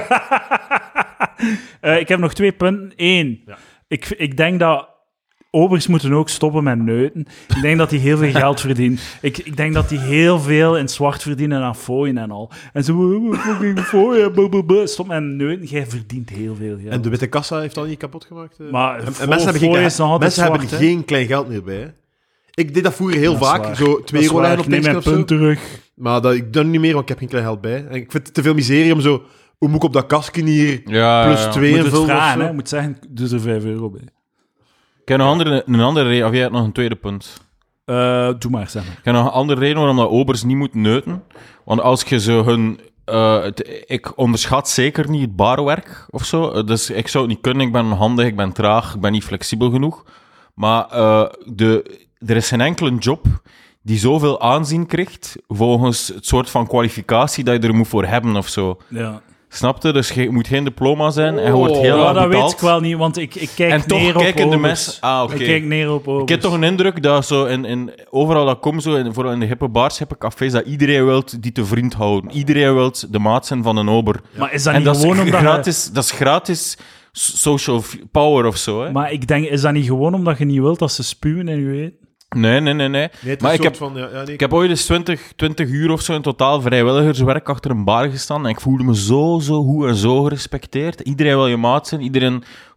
B: Ik heb nog 2 punten. 1. Ja. Ik denk dat obers moeten ook stoppen met neuten. Ik denk dat die heel veel geld verdienen. Ik denk dat die heel veel in zwart verdienen aan fooien en al. En zo, fucking fooien, stop met neuten. Jij verdient heel veel geld.
C: En de witte kassa heeft al niet kapot gemaakt.
B: Maar
C: en mensen hebben geen klein geld meer bij, hè. Ik deed dat vroeger heel vaak. Waar. Zo 2 euro lijn op
B: neem mijn punt terug.
C: Maar ik doe niet meer, want ik heb geen klein geld bij. En ik vind het te veel miserie om zo... Hoe moet ik op dat kastje hier plus 2
B: invullen?
C: Moet het
B: vragen, hè? Je moet zeggen, dus er 5 euro bij.
A: Ik heb nog een andere reden, of jij hebt nog een tweede punt?
B: Doe maar, zeg maar.
A: Ik heb nog een andere reden waarom dat obers niet moeten neuten. Want als je zo hun... ik onderschat zeker niet het baarwerk of zo. Dus ik zou het niet kunnen. Ik ben handig, ik ben traag, ik ben niet flexibel genoeg. Maar er is geen enkele job die zoveel aanzien krijgt volgens het soort van kwalificatie dat je er moet voor hebben of zo.
B: Ja.
A: Snap je? Dus je moet geen diploma zijn en je wordt heel laag betaald.
B: Dat weet ik wel niet, want ik kijk
A: en
B: neer op
A: kijken de mensen...
B: Ik kijk neer op obers.
A: Ik heb toch een indruk dat zo overal dat ik kom, vooral in de hippe bars, hippe cafés, dat iedereen wil die te vriend houden. Iedereen wil de maat zijn van een ober.
B: Ja. Maar is dat niet gewoon omdat
A: dat is gratis social power of zo, hè?
B: Maar ik denk, is dat niet gewoon omdat je niet wilt dat ze spuwen in je eten?
A: Nee. Maar ik heb ooit eens 20 uur of zo in totaal vrijwilligerswerk achter een bar gestaan en ik voelde me zo goed en zo gerespecteerd. Iedereen wil je maat zijn, iedereen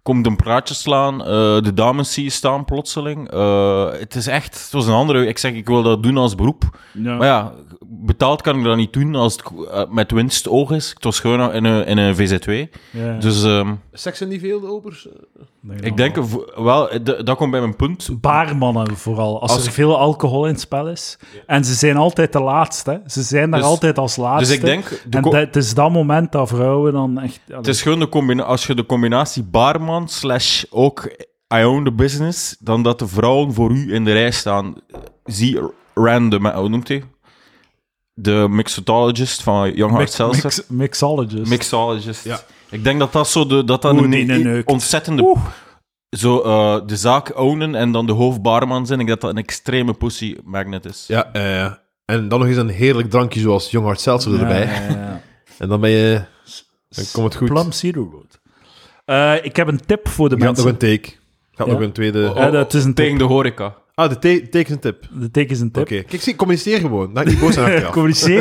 A: komt een praatje slaan, de dames zie je staan plotseling. Het was een andere... Ik wil dat doen als beroep. Ja. Maar ja, betaald kan ik dat niet doen als het met winst oog is. Het was gewoon in een VZ2. Ja. Dus...
C: Seksen niet veel, de obers?
A: Ik denk wel, dat komt bij mijn punt.
B: Baarmannen vooral, als er veel alcohol in het spel is. Ja. En ze zijn altijd de laatste. Ze zijn daar altijd als laatste.
A: Dus ik denk...
B: Het is dat moment dat vrouwen dan echt...
A: Het is gewoon als je de combinatie baarman / ook I own the business, dan dat de vrouwen voor u in de rij staan. Zie random, hoe noemt hij? De mixologist van Young Hard Seltzer. Mixologist. Ja. Ik denk dat een ontzettende... de zaak ownen en dan de hoofdbaarman zijn. Ik denk dat een extreme pussy magnet is.
C: Ja, en dan nog eens een heerlijk drankje zoals Young Hard Seltzer erbij. Ja. En dan ben je... Dan komt het goed.
B: Plum Cedar Road. Ik heb een tip voor de mensen.
C: Nog een take. Gaat nog een tweede...
B: dat is een
A: tegen de horeca.
C: De take is een tip.
B: De take is een tip.
C: Oké. Kijk, communiceer gewoon. Dat niet boos zijn achteraf.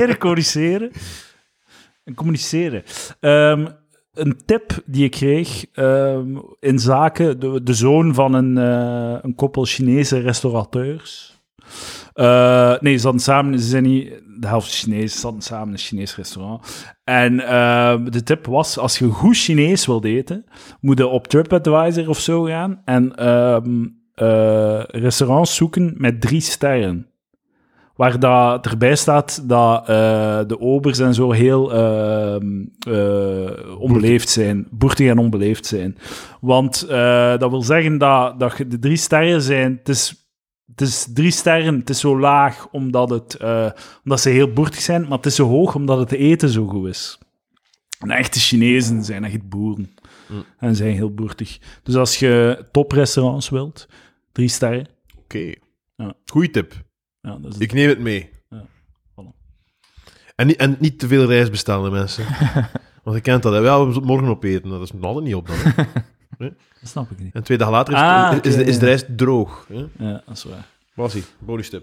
B: Communiceren. Een tip die ik kreeg in zaken de zoon van een koppel Chinese restaurateurs. Nee, ze zijn niet de helft Chinees, ze hadden samen een Chinees restaurant. En de tip was, als je goed Chinees wilt eten, moet je op TripAdvisor of zo gaan en restaurants zoeken met 3 sterren. Waar dat erbij staat dat de obers en zo heel onbeleefd zijn. Boertig en onbeleefd zijn. Want dat wil zeggen dat je de 3 sterren zijn... Het is 3 sterren, het is zo laag omdat ze heel boertig zijn, maar het is zo hoog omdat het eten zo goed is. En echte Chinezen zijn echt boeren. En zijn heel boertig. Dus als je toprestaurants wilt, 3 sterren.
C: Oké. Ja. Goeie tip.
B: Ja, dat is
C: ik neem het mee.
B: Ja, voilà.
C: En niet te veel rijst bestellen, mensen. Want je kent dat, hè. We moeten morgen opeten. Dat is nog altijd niet op dan. Nee?
B: Dat snap ik niet.
C: En 2 dagen later is de rijst droog. Hè?
B: Ja, dat is waar.
C: Was-ie? Bonustip.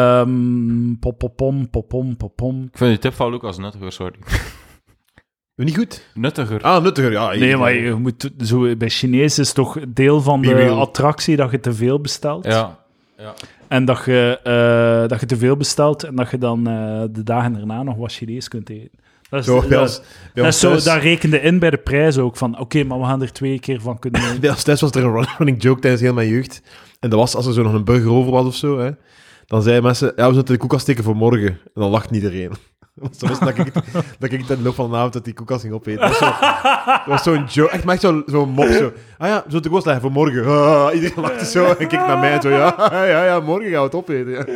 B: Popom.
A: Ik vind die tip van Lucas nuttiger, sorry.
C: Niet goed?
A: Nuttiger.
C: Nuttiger, ja.
B: Nee, maar je moet bij Chinees is toch deel van de attractie dat je te veel bestelt.
A: Ja.
B: En dat je te veel bestelt en dat je dan de dagen daarna nog wat Chinees kunt eten. Daar rekende in bij de prijs ook van, oké, maar we gaan er 2 keer van kunnen eten.
C: Destijds was er een running joke tijdens heel mijn jeugd. En dat was, als er zo nog een burger over was of zo, hè, dan zeiden mensen, we zullen de koelkast steken voor morgen. En dan lacht niet iedereen. Zo wist dat ik in de loop van de avond dat die koelkast ging opeten. Dat was zo'n joke. Echt, maar echt zo'n mop. Zo. Ah ja, we zullen de koelkast leggen voor morgen. Iedereen lachte zo en keek naar mij en zo. Ja, morgen gaan we het opeten.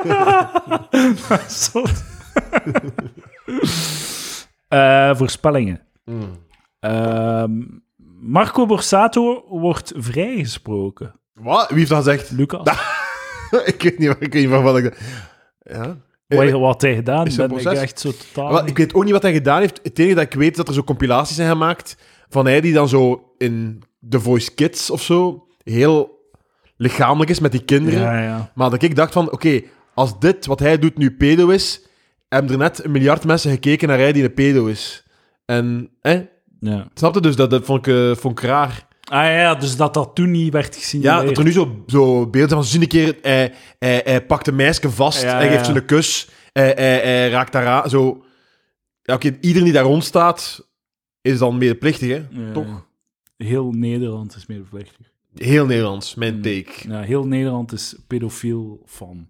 C: Ja.
B: Voorspellingen. Marco Borsato wordt vrijgesproken.
C: Wat? Wie heeft dat gezegd?
B: Lucas.
C: Ik weet niet wat ik... Ja...
B: Wat hij gedaan ben ik echt zo totaal...
C: Ik weet ook niet wat hij gedaan heeft. Het enige dat ik weet is dat er zo compilaties zijn gemaakt van hij die dan zo in The Voice Kids of zo heel lichamelijk is met die kinderen.
B: Ja.
C: Maar dat ik dacht van, oké, als dit wat hij doet nu pedo is, hebben er net 1 miljard mensen gekeken naar hij die een pedo is. En,
B: ja.
C: Snap je? Dus dat vond ik raar.
B: Ah ja, dus dat toen niet werd gezien.
C: Ja, dat er nu zo beelden van, zie een keer, hij pakt een meisje vast, hij geeft ze een kus, hij raakt daar aan, zo... Ja, oké, iedereen die daar rond staat, is dan medeplichtig, hè?
B: Ja,
C: toch?
B: Heel Nederland is medeplichtig.
C: Heel Nederlands, mijn take.
B: Ja, heel Nederland is pedofiel fan.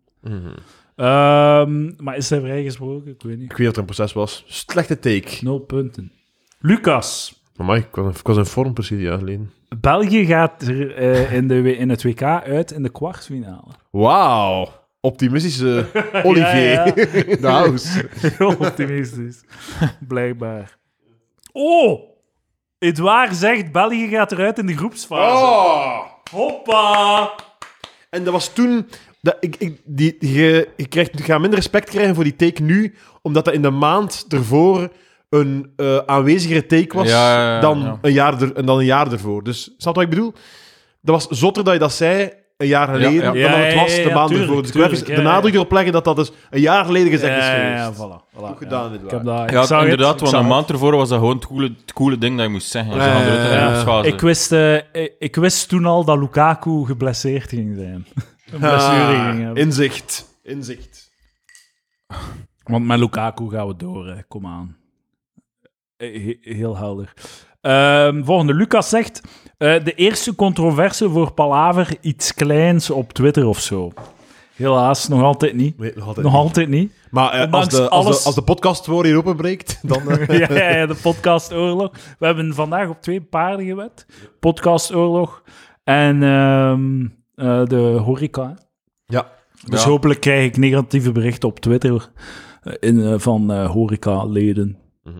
B: Maar is hij vrijgesproken? Ik weet niet.
C: Ik weet dat er een proces was. Slechte take.
B: 0 punten. Lucas.
C: Maar ik was in vorm precies, ja, geleden.
B: België gaat er in het WK uit in de kwartfinale.
C: Wauw. Optimistische Olivier.
B: Ja.
C: De house.
B: Heel optimistisch. Blijkbaar. Oh! Edouard zegt, België gaat eruit in de groepsfase.
C: Oh!
B: Hoppa!
C: En dat was toen... Je gaat minder respect krijgen voor die take nu, omdat dat in de maand ervoor een aanwezigere take was dan een jaar ervoor. Dus, snap je wat ik bedoel? Dat was zotter dat je dat zei een jaar geleden dan het was de maand ervoor. Dus ik wil even de nadruk erop leggen dat dus een jaar geleden gezegd is geweest.
B: Ja, voilà.
C: Goed gedaan,
A: inderdaad, want een maand ervoor was dat gewoon het coole ding dat je moest zeggen.
B: Ik wist toen al dat Lukaku geblesseerd ging zijn. Een blessure ging hebben.
C: Inzicht.
B: Want met Lukaku gaan we door, hè. Kom aan. Heel helder. Volgende, Lucas zegt... de eerste controverse voor Palaver, iets kleins op Twitter of zo. Helaas, nog altijd niet. Nee, nog altijd niet.
C: Maar als de podcast voor hier openbreekt, dan...
B: ja, de podcastoorlog. We hebben vandaag op 2 paarden gewet. Podcastoorlog en de horeca.
C: Ja.
B: Dus hopelijk krijg ik negatieve berichten op Twitter van horeca-leden.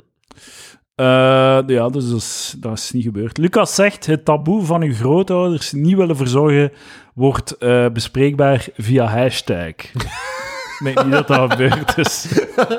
B: Dus dat is niet gebeurd. Lucas zegt, het taboe van uw grootouders niet willen verzorgen wordt bespreekbaar via hashtag. Ik denk niet dat dat gebeurd is.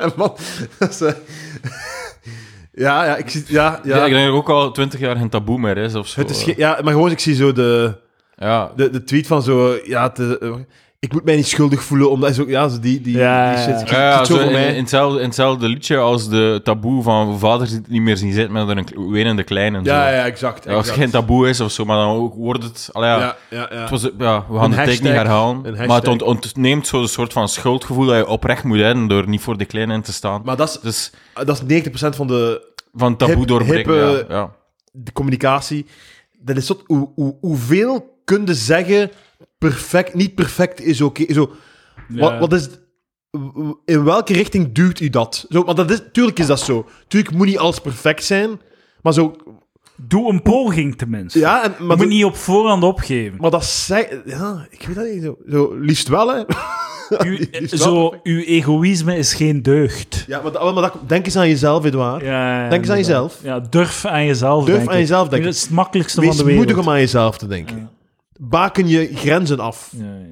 C: Ja, ik zie... Ja,
A: ik denk dat ook al 20 jaar geen taboe meer is, of zo.
C: Het is maar gewoon, ik zie zo de tweet van zo... ik moet mij niet schuldig voelen, omdat zo, die shit.
A: Zo in hetzelfde liedje als de taboe van vaders die het niet meer zien zitten met een wenende kleine.
C: Ja, exact.
A: Als het geen taboe is of zo, maar dan wordt het... Het was, we gaan de take niet herhalen, maar het ontneemt zo'n soort van schuldgevoel dat je oprecht moet hebben door niet voor de kleine in te staan.
C: Maar dat is 90% van de...
A: Van taboe doorbreken,
C: de communicatie. Dat is hoeveel kun je zeggen... Perfect, niet perfect is oké. Zo, wat is... In welke richting duwt u dat? Zo, want tuurlijk is dat zo. Tuurlijk moet niet alles perfect zijn, maar zo...
B: Doe een poging tenminste.
C: Ja,
B: maar moet niet op voorhand opgeven.
C: Maar dat ik weet dat niet. Zo liefst wel, hè.
B: Uw egoïsme is geen deugd.
C: Ja, maar denk eens aan jezelf, Edouard.
B: Ja,
C: denk eens aan jezelf.
B: Ja, durf aan jezelf denken. Dat is het makkelijkste van de wereld.
C: Wees moedig om aan jezelf te denken. Ja. Baken je grenzen af.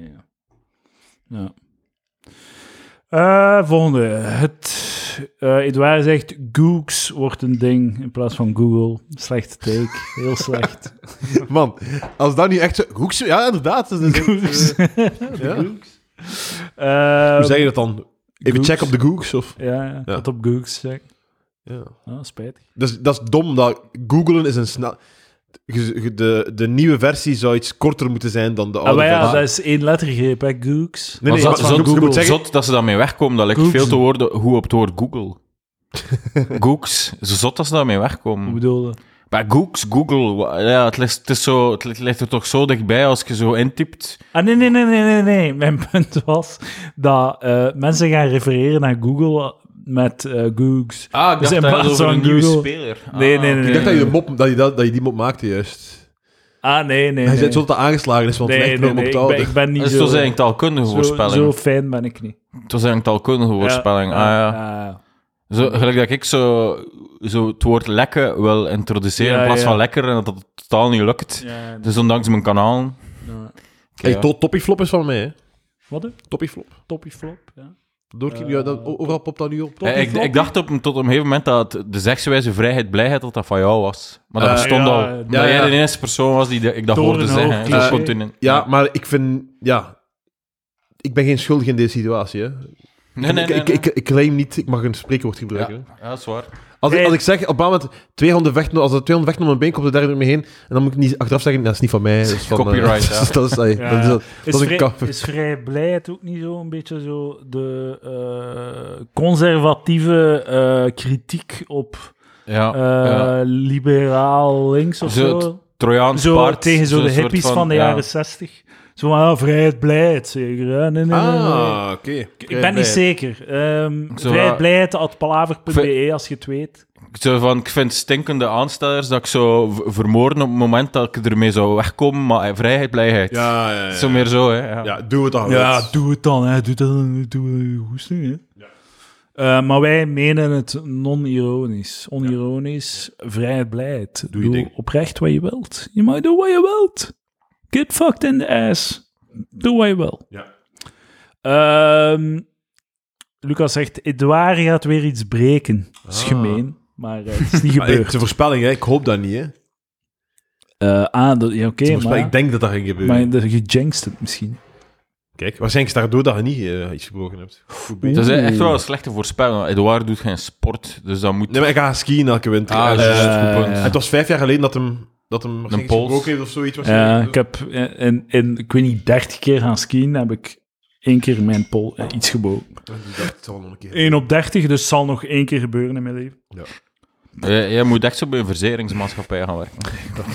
B: Volgende. Edouard zegt, Googs wordt een ding in plaats van Google. Slechte take. Heel slecht.
C: Man, als dat nu echt zo... Googs, ja, inderdaad.
B: Googs.
C: Hoe zeg je dat dan? Even
B: Googs.
C: check op de Googs? Of?
B: Ja, wat op Googs check.
C: Ja.
B: Spijtig.
C: Dat is dom, dat googlen is een snel... De nieuwe versie zou iets korter moeten zijn dan de oude versie.
B: Dat is 1 lettergreep, hè, Googs.
C: Nee,
A: zot dat ze daarmee wegkomen, dat lijkt veel te worden hoe op het woord Google. Googs, zo zot dat ze daarmee wegkomen.
B: Hoe bedoel je?
A: Maar Google, ja, het ligt er toch zo dichtbij als je zo intypt.
B: Nee. Mijn punt was dat mensen gaan refereren naar Google... met Googs.
A: Ik dacht dat het over een nieuwe speler.
B: Nee.
C: Ik dacht dat je die mop maakte, juist.
B: Nee.
C: Hij zei zo dat hij aangeslagen is, want het lijkt om op te houden.
B: Ik ben niet
A: zo... Het was eigenlijk taalkundige voorspelling.
B: Zo fijn ben ik niet.
A: Het was eigenlijk taalkundige voorspelling. Zo, gelijk dat ik zo het woord lekker wil introduceren in plaats van lekker, en dat totaal niet lukt. Dus ondanks mijn kanaal...
C: Toppyflop is van mij, hè.
B: Wat? Toppyflop, ja.
C: Overal popt dat nu op.
A: Ik dacht tot op een gegeven moment dat de zegswijze vrijheid, blijheid, dat van jou was. Maar dat bestond al. Dat jij de enige persoon was die ik dat hoorde zeggen.
C: Maar ik vind... Ja, ik ben geen schuldig in deze situatie, hè.
A: Nee.
C: Ik claim niet, ik mag een spreekwoord gebruiken.
A: Ja, dat is waar.
C: Als ik zeg, op een moment, 200 vechten, als er 200 vechten om mijn been komt, er derde mee heen, en dan moet ik niet achteraf zeggen, dat is niet van mij. Dat is van,
A: copyright,
B: Is vrijblijheid ook niet zo een beetje zo de conservatieve kritiek op liberaal links of zo?
A: Trojaans paard.
B: Tegen zo de hippies van de jaren 60. Zo van, vrijheid, blijheid, zeker. Nee.
C: Oké.
B: Ik ben niet zeker. Vrijheid, blijheid, @palaver.be, als je het weet.
A: Ik vind stinkende aanstellers dat ik zou vermoorden op het moment dat ik ermee zou wegkomen, maar vrijheid, blijheid.
C: Ja.
A: Zo meer zo, hè.
C: Ja, doe het dan.
B: Ja, doe het dan, hè. Doe goesting, hè. Ja. Maar wij menen het non-ironisch. Onironisch, vrijheid, blijheid. Doe oprecht wat je wilt. Je mag doen wat je wilt. Get fucked in the ass. Doe wat je wil.
C: Ja.
B: Lucas zegt, Edouard gaat weer iets breken. Dat is gemeen, maar het is niet gebeurd.
C: Het is een voorspelling, hè. Ik hoop dat niet, hè.
B: Oké, maar...
C: Ik denk dat dat ging gebeuren.
B: Maar je jinxt het misschien.
C: Kijk, waarschijnlijk is het daardoor dat je niet iets gebroken hebt.
A: Dat is echt wel een slechte voorspelling. Eduard doet geen sport, dus dat moet...
C: Nee, maar ik ga skiën elke winter. Het was 5 jaar geleden dat hem
A: een pols
C: gebroken heeft of zoiets.
B: Ik heb ik weet niet, 30 keer gaan skiën, heb ik 1 keer mijn pol iets gebroken.
C: Dat zal nog een keer.
B: 1 op 30, dus het zal nog 1 keer gebeuren in mijn leven.
C: Ja.
A: Jij moet echt zo bij een verzekeringsmaatschappij gaan werken.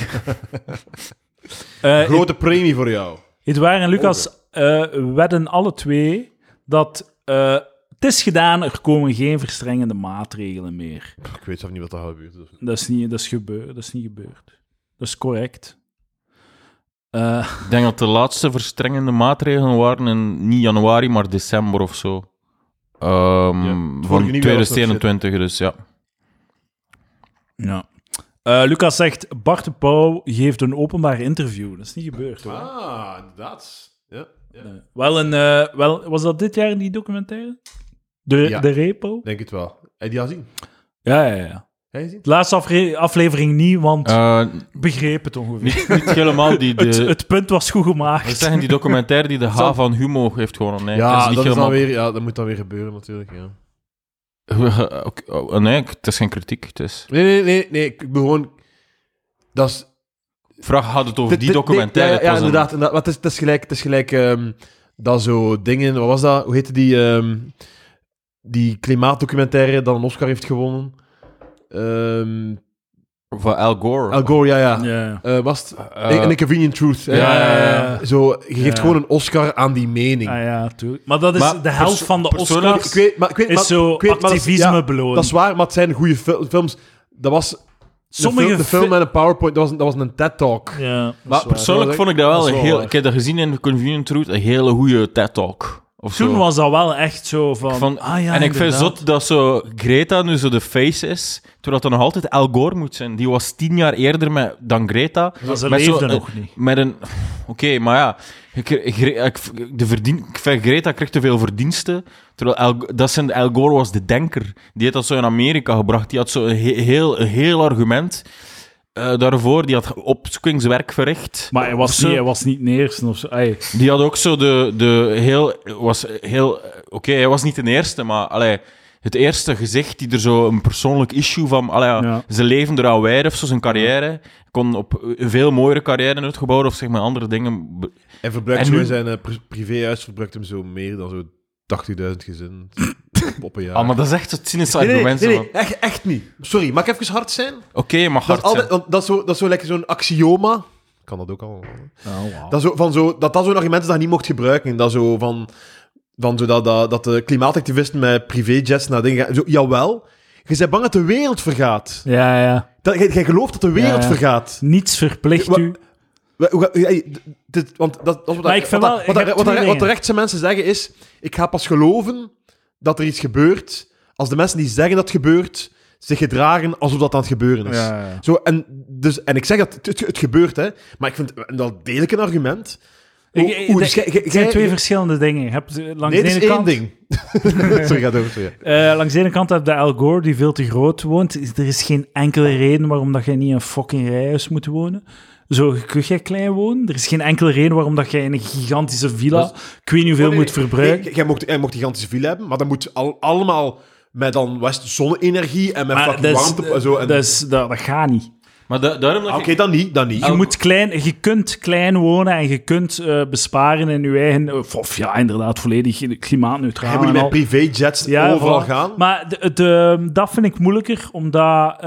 C: Grote premie voor jou.
B: Edouard en Lucas wedden alle twee dat het is gedaan, er komen geen verstrengende maatregelen meer.
C: Ik weet zelf niet wat dat gebeurt.
B: Dat is niet gebeurd. Dat is correct.
A: Ik denk dat de laatste verstrengende maatregelen waren in niet januari, maar december of zo. Van 2021, dus ja.
B: Ja. Lucas zegt, Bart de Pauw geeft een openbaar interview. Dat is niet gebeurd, hoor.
C: Inderdaad. Ja.
B: Was dat dit jaar in die documentaire? De Repo?
C: Denk het wel. Heb je die al gezien?
B: Ja. De laatste aflevering niet, want ik begreep het ongeveer.
A: Niet helemaal.
B: Het punt was goed gemaakt.
A: We zeggen die documentaire die de H van Humo heeft gewonnen. Nee,
C: dat moet dan weer gebeuren natuurlijk, ja.
A: Nee, het is geen kritiek. Het is...
C: Nee, ik bedoel gewoon... Dat is...
A: Vraag gaat het over die documentaire?
C: Ja, inderdaad. Maar het is gelijk dat zo dingen... Wat was dat? Hoe heette die klimaatdocumentaire dat een Oscar heeft gewonnen?
A: Van Al Gore.
C: Al Gore, ja. Was het? In A Convenient Truth.
A: Ja.
C: Zo, je geeft gewoon een Oscar aan die mening.
B: Ja, tuurlijk. Maar dat is de helft van de Oscars.
C: Ik weet,
B: is zo activisme beloond.
C: Dat is waar, maar het zijn goede films. Dat was... De film met een PowerPoint, dat was een TED-talk.
B: Ja,
A: maar persoonlijk vond ik dat wel een heel... Ik heb dat gezien in Convenient Truth, een hele goede TED-talk.
B: Toen was dat wel echt zo van
A: en ik vind zot dat zo Greta nu zo de face is, terwijl dat nog altijd Al Gore moet zijn. Die was 10 jaar eerder dan Greta.
B: Maar ze leefde nog niet.
A: Met een... Oké, maar ja... Ik vind Greta kreeg te veel verdiensten, terwijl Al Gore was de denker. Die had dat zo in Amerika gebracht. Die had zo een heel argument... daarvoor, die had opzoekingswerk verricht.
B: Maar hij was niet de eerste. Of zo.
A: Die had ook zo hij was niet de eerste, maar het eerste gezicht die er zo een persoonlijk issue van... Zijn leven eraan wijden of zo, zijn carrière. Kon op een veel mooiere carrière uitgebouwd of zeg maar andere dingen...
C: En verbruikt zo in zijn privéhuis verbruikt hem zo meer dan zo 80.000 gezinnen op een jaar.
A: Maar dat is echt het cynische argument.
C: Nee, echt niet. Sorry, mag ik even hard zijn?
A: Oké, mag hard zijn.
C: Dat is zo lekker zo'n axioma. Kan dat ook al.
B: Wow.
C: Dat zo'n argument is dat je niet mocht gebruiken. Dat zo dat de klimaatactivisten met privéjets naar dingen gaan. Zo, jawel, je bent bang dat de wereld vergaat.
B: Ja.
C: Jij gelooft dat de wereld vergaat.
B: Niets verplicht u.
C: Want wat de rechtse mensen zeggen is... Ik ga pas geloven dat er iets gebeurt als de mensen die zeggen dat het gebeurt zich gedragen alsof dat aan het gebeuren is.
B: Ja.
C: Zo, en ik zeg dat het gebeurt, hè, maar ik vind dat degelijk een argument.
B: Het zijn twee verschillende dingen. Langs de ene kant,
C: één ding. Sorry, ga door.
B: Langs de ene kant heb je Al Gore, die veel te groot woont. Er is geen enkele reden waarom dat jij niet in een fucking rijhuis moet wonen. Zo kun jij klein wonen. Er is geen enkele reden waarom dat jij in een gigantische villa... ik weet niet hoeveel moet verbruiken.
C: Jij mocht een gigantische villa hebben, maar dat moet allemaal met dan zonne-energie en met fucking warmte en zo.
B: Dat gaat niet.
A: Maar daarom dat
C: Oké, dan niet.
B: Je kunt klein wonen en je kunt besparen in je eigen... Of ja, inderdaad, volledig klimaatneutraal.
C: Je moet met privéjets overal gaan.
B: Maar dat vind ik moeilijker, omdat...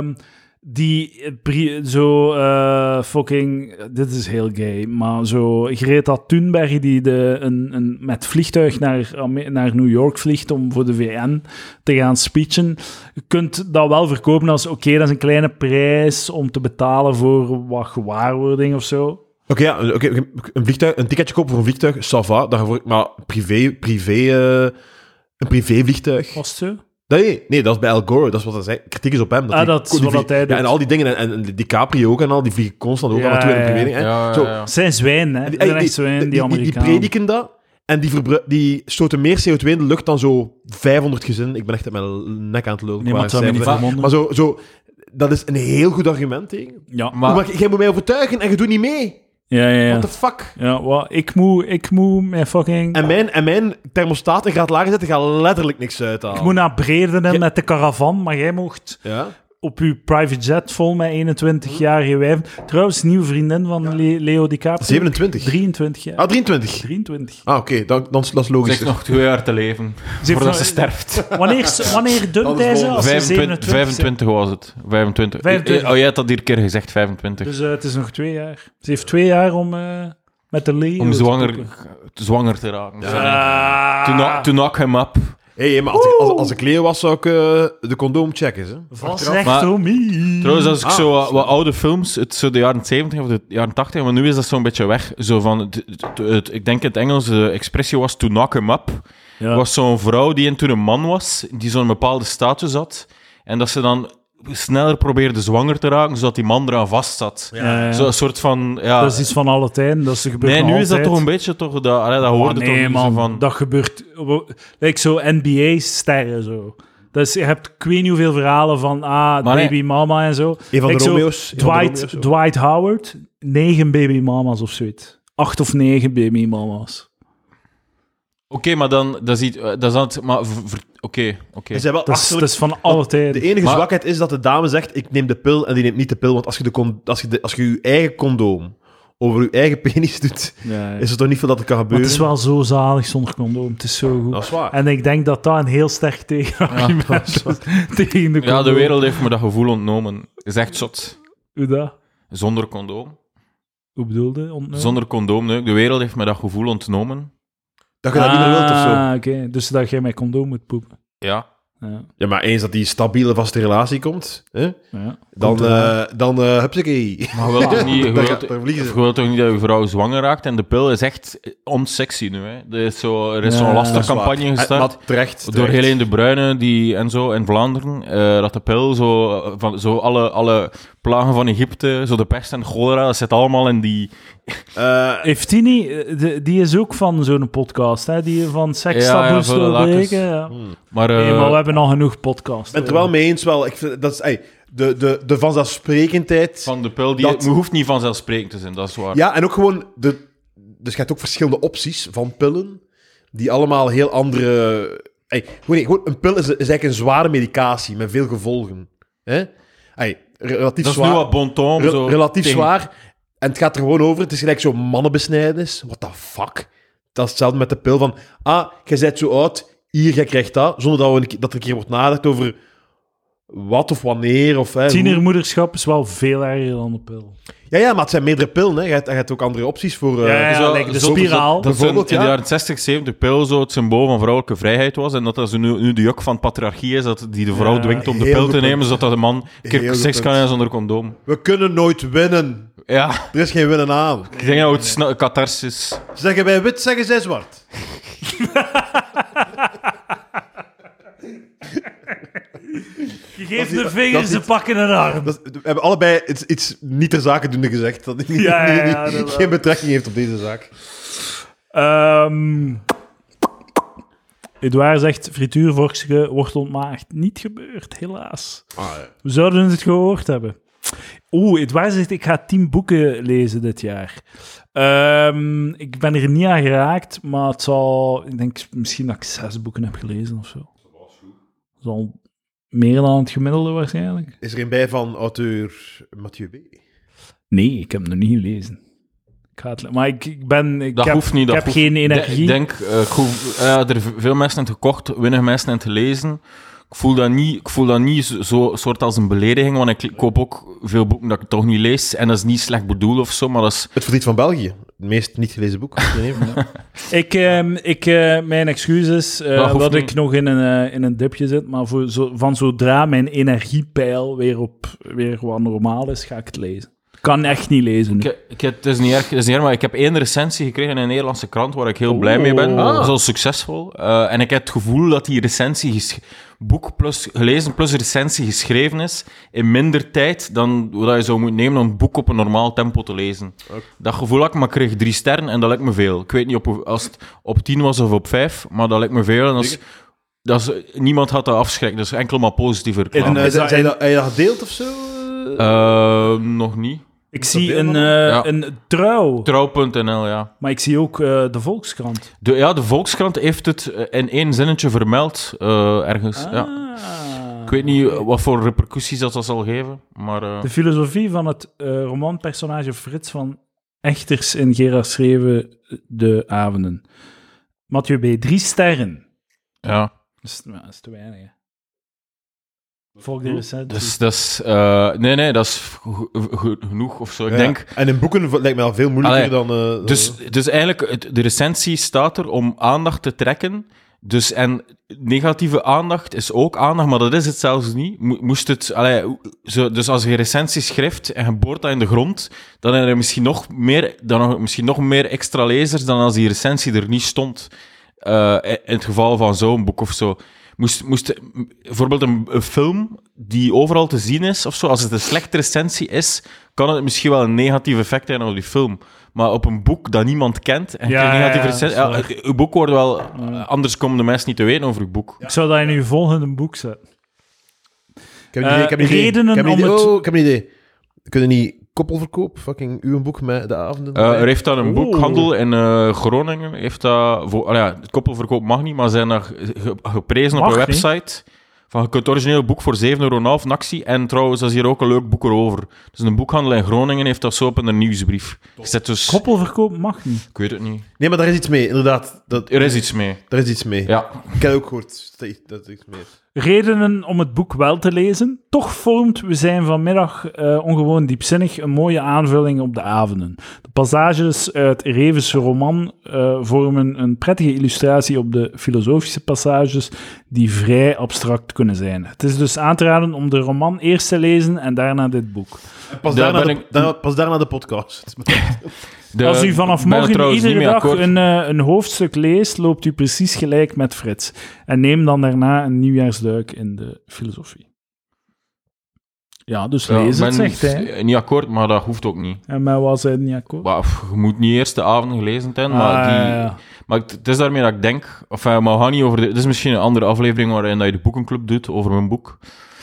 B: dit is heel gay, maar zo Greta Thunberg die met vliegtuig naar New York vliegt om voor de VN te gaan speechen, je kunt dat wel verkopen als oké, dat is een kleine prijs om te betalen voor wat gewaarwording of zo.
C: Een ticketje kopen voor een vliegtuig, ça va, maar een privévliegtuig.
B: Was het zo?
C: Nee, dat is bij Al Gore. Dat is wat hij zei. Kritiek is op hem.
B: Dat is wat hij doet.
C: En al die dingen. En DiCaprio ook en al. Die vliegen constant ook aan naartoe in de privé.
B: Het zijn zwijnen, hè. Het zijn echt zwijnen, die Amerikanen.
C: Die prediken dat. En die stoten meer CO2 in de lucht dan zo 500 gezinnen. Ik ben echt met mijn nek aan het lullen.
B: Nee, maar het zou me niet vermonden.
C: Maar zo... dat is een heel goed argument tegen.
B: Ja,
C: maar jij moet mij overtuigen en je doet niet mee.
B: Ja.
C: What the fuck?
B: Ja, ik moet mijn fucking...
C: En mijn thermostaat een graad lager zetten gaat letterlijk niks uithalen.
B: Ik moet naar Bredenen met de caravan, maar jij mocht op uw private jet vol met 21-jarige wijven. Trouwens, nieuwe vriendin van Leo DiCaprio.
C: 27?
B: 23 jaar.
C: 23? Oké, dan is dat logisch.
A: Ze heeft nog 2 jaar te leven, voordat ze sterft.
B: Wanneer dunt hij ze? Als
A: 25 was het. 25. Jij had dat hier een keer gezegd, 25.
B: Dus het is nog 2 jaar. Ze heeft 2 jaar om met de Leo
A: om zwanger te raken. To knock him up.
C: Hey, maar als ik Leo was, zou ik de condoom checken. Hè?
B: Vasectomie.
A: Trouwens, als ik zo wat oude films, het zo de jaren 70 of de jaren 80, maar nu is dat zo'n beetje weg. Zo van, ik denk het Engelse expressie was to knock him up. Ja. Was zo'n vrouw die toen een man was, die zo'n bepaalde status had. En dat ze dan sneller probeerde zwanger te raken, zodat die man eraan vast zat.
B: Ja.
A: Zo'n soort van... Ja.
B: Dat is iets van alle tijden, dat gebeurt
A: Nee, nu
B: altijd.
A: is dat toch een beetje... dat hoorde toch niet
B: man,
A: zo van...
B: dat gebeurt... Like zo NBA-sterren, zo. Dus je hebt ik weet niet hoeveel verhalen van baby mama en zo.
C: Een van de Romeo's.
B: Dwight Howard, 9 baby mama's of zoiets. 8 of 9 baby mama's.
A: Oké, maar dan... Dat is Oké.
B: Dat is van alle tijden.
C: De enige zwakheid is dat de dame zegt, ik neem de pil en die neemt niet de pil. Want als je je eigen condoom over je eigen penis doet, is er toch niet veel dat er kan gebeuren?
B: Maar het is wel zo zalig zonder condoom. Het is zo goed.
C: Dat is waar.
B: En ik denk dat dat een heel sterk tegenargument is tegen de condoom.
A: Ja, de wereld heeft me dat gevoel ontnomen. Het is echt zot.
B: Hoe dat?
A: Zonder condoom.
B: Hoe bedoelde ontnomen?
A: Zonder condoom, nee. De wereld heeft me dat gevoel ontnomen.
C: Dat je dat niet meer wilt of zo.
B: Oké. Dus dat jij met condoom moet poepen.
A: Ja.
C: Ja, maar eens dat die stabiele, vaste relatie komt, hè, dan hupsakee.
A: Maar je wilt toch niet, je wilt toch niet dat je vrouw zwanger raakt? En de pil is echt onsexy nu. Hè. Er is zo'n lastercampagne gestart
C: terecht.
A: door Helene de Bruyne en zo in Vlaanderen. Dat de pil zo alle plagen van Egypte, zo de pest en cholera, dat zit allemaal in die...
B: Heeft die niet... Die is ook van zo'n podcast, hè? Die van sekstaboes doorbreken. Ja. Maar we hebben al genoeg podcasts.
C: Ik ben het er wel mee eens. Ik vind, dat is, de vanzelfsprekendheid...
A: Van de pil, het hoeft niet vanzelfsprekend te zijn, dat is waar.
C: Ja, en ook gewoon... Dus je hebt ook verschillende opties van pillen, die allemaal heel andere... Gewoon een pil is eigenlijk een zware medicatie, met veel gevolgen. Hè? Relatief
A: dat is
C: zwaar,
A: nu wat bon ton.
C: relatief zwaar. En het gaat er gewoon over. Het is gelijk zo'n mannenbesnijdenis. What the fuck? Dat is hetzelfde met de pil van... jij bent zo oud, hier, jij krijgt dat. Zonder dat er een keer wordt nagedacht over wat of wanneer. Of,
B: tienermoederschap is wel veel erger dan de pil.
C: Ja, maar het zijn meerdere pillen. Hè. Je hebt ook andere opties voor...
B: de spiraal.
A: Bijvoorbeeld, in de jaren 60, 70 pil zo het symbool van vrouwelijke vrijheid was. En dat zo nu de juk van patriarchie is, dat die de vrouw dwingt om de pil te nemen, zodat de man seks kan hebben zonder condoom.
C: We kunnen nooit winnen.
A: Ja.
C: Er is geen winnen aan.
A: Ik denk dat het catharsis...
C: Zeggen wij wit, zeggen zij zwart.
B: Je geeft de vingers, ze pakken een arm.
C: We hebben allebei iets niet ter zake doende gezegd. Dat geen betrekking heeft op deze zaak.
B: Edouard zegt, frituurvorkje wordt ontmaagd. Niet gebeurd, helaas. We zouden het gehoord hebben. Edouard zegt, ik ga 10 boeken lezen dit jaar. Ik ben er niet aan geraakt, maar het zal... Ik denk misschien dat ik 6 boeken heb gelezen of zo. Dat is al meer dan het gemiddelde waarschijnlijk.
C: Is er een bij van auteur Mathieu B?
B: Nee, ik heb hem nog niet gelezen. Maar ik heb geen energie.
A: Ik denk, er veel mensen hebben gekocht, weinig mensen hebben gelezen. Ik voel dat niet zo soort als een belediging, want ik koop ook veel boeken dat ik toch niet lees. En dat is niet slecht bedoeld of zo, maar dat is...
C: Het Verdriet van België. Het meest niet gelezen boek.
B: Mijn excuus is dat ik nog in een dipje zit, maar van zodra mijn energiepeil weer wat normaal is, ga ik het lezen. Kan echt niet lezen nu.
A: Het is niet erg, maar ik heb 1 recensie gekregen in een Nederlandse krant waar ik heel blij mee ben. Dat is al succesvol. En ik heb het gevoel dat die recensie boek plus gelezen plus recensie geschreven is in minder tijd dan wat je zou moeten nemen om een boek op een normaal tempo te lezen. Okay. Dat gevoel had ik, maar ik kreeg 3 sterren en dat lijkt me veel. Ik weet niet als het op 10 was of op 5, maar dat lijkt me veel. En niemand had dat afschrikt, dus enkel maar positiever reclame.
C: Heb je dat gedeeld of zo?
A: Nog niet.
B: Ik zie een Trouw.
A: Trouw.nl, ja.
B: Maar ik zie ook de Volkskrant.
A: De Volkskrant heeft het in 1 zinnetje vermeld, ergens. Ja. Ik weet niet wat voor repercussies dat zal geven, maar...
B: De filosofie van het romanpersonage Frits van Echters in Gerard Schreven, De Avonden. Mathieu B. 3 sterren.
A: Ja.
B: Dat is te weinig, hè. Volg de recensie.
A: Dus dat is... nee, dat is genoeg of zo. Ik denk...
C: En in boeken lijkt me al veel moeilijker dan...
A: Dus eigenlijk, de recensie staat er om aandacht te trekken. Dus, en negatieve aandacht is ook aandacht, maar dat is het zelfs niet. Moest het... dus als je recensie schrijft en je boort dat in de grond, dan heb je misschien nog meer extra lezers dan als die recensie er niet stond. In het geval van zo'n boek of zo. Moest bijvoorbeeld een film die overal te zien is, of zo, als het een slechte recensie is, kan het misschien wel een negatief effect hebben op die film. Maar op een boek dat niemand kent, en een negatieve recensie... uw boek wordt wel... Anders komen de mensen niet te weten over uw boek.
B: Ik zou dat in uw volgende boek zetten.
C: Ik heb een idee. Kunnen niet koppelverkoop, fucking uw boek met de avonden?
A: Er heeft dan een boekhandel in Groningen. Heeft dat het koppelverkoop mag niet, maar zijn daar geprezen op een website. Van, je kunt het originele boek voor €7,5 een actie. En trouwens, dat is hier ook een leuk boek erover. Dus een boekhandel in Groningen heeft dat zo op in een nieuwsbrief gezet. Dus...
B: Koppelverkoop mag niet.
A: Ik weet het niet.
C: Nee, maar daar is iets mee, inderdaad.
A: Er is iets mee.
C: Er is iets mee.
A: Ja.
C: Ik heb ook gehoord dat er iets mee is.
B: Redenen om het boek wel te lezen. Toch vormt We zijn vanmiddag ongewoon diepzinnig een mooie aanvulling op de avonden. De passages uit Revense roman vormen een prettige illustratie op de filosofische passages die vrij abstract kunnen zijn. Het is dus aan te raden om de roman eerst te lezen en daarna dit boek.
C: Pas daarna de podcast.
B: Als u vanaf morgen iedere dag een hoofdstuk leest, loopt u precies gelijk met Frits. En neem dan daarna een nieuwjaarsduik in de filosofie. Ja, dus lees het, zegt hij.
A: Niet akkoord, maar dat hoeft ook niet.
B: En met wat zei het niet akkoord?
A: Je moet niet eerst de avond gelezen hebben, maar het is daarmee dat ik denk... maar we gaan niet over... Dit is misschien een andere aflevering waarin dat je de boekenclub doet over mijn boek.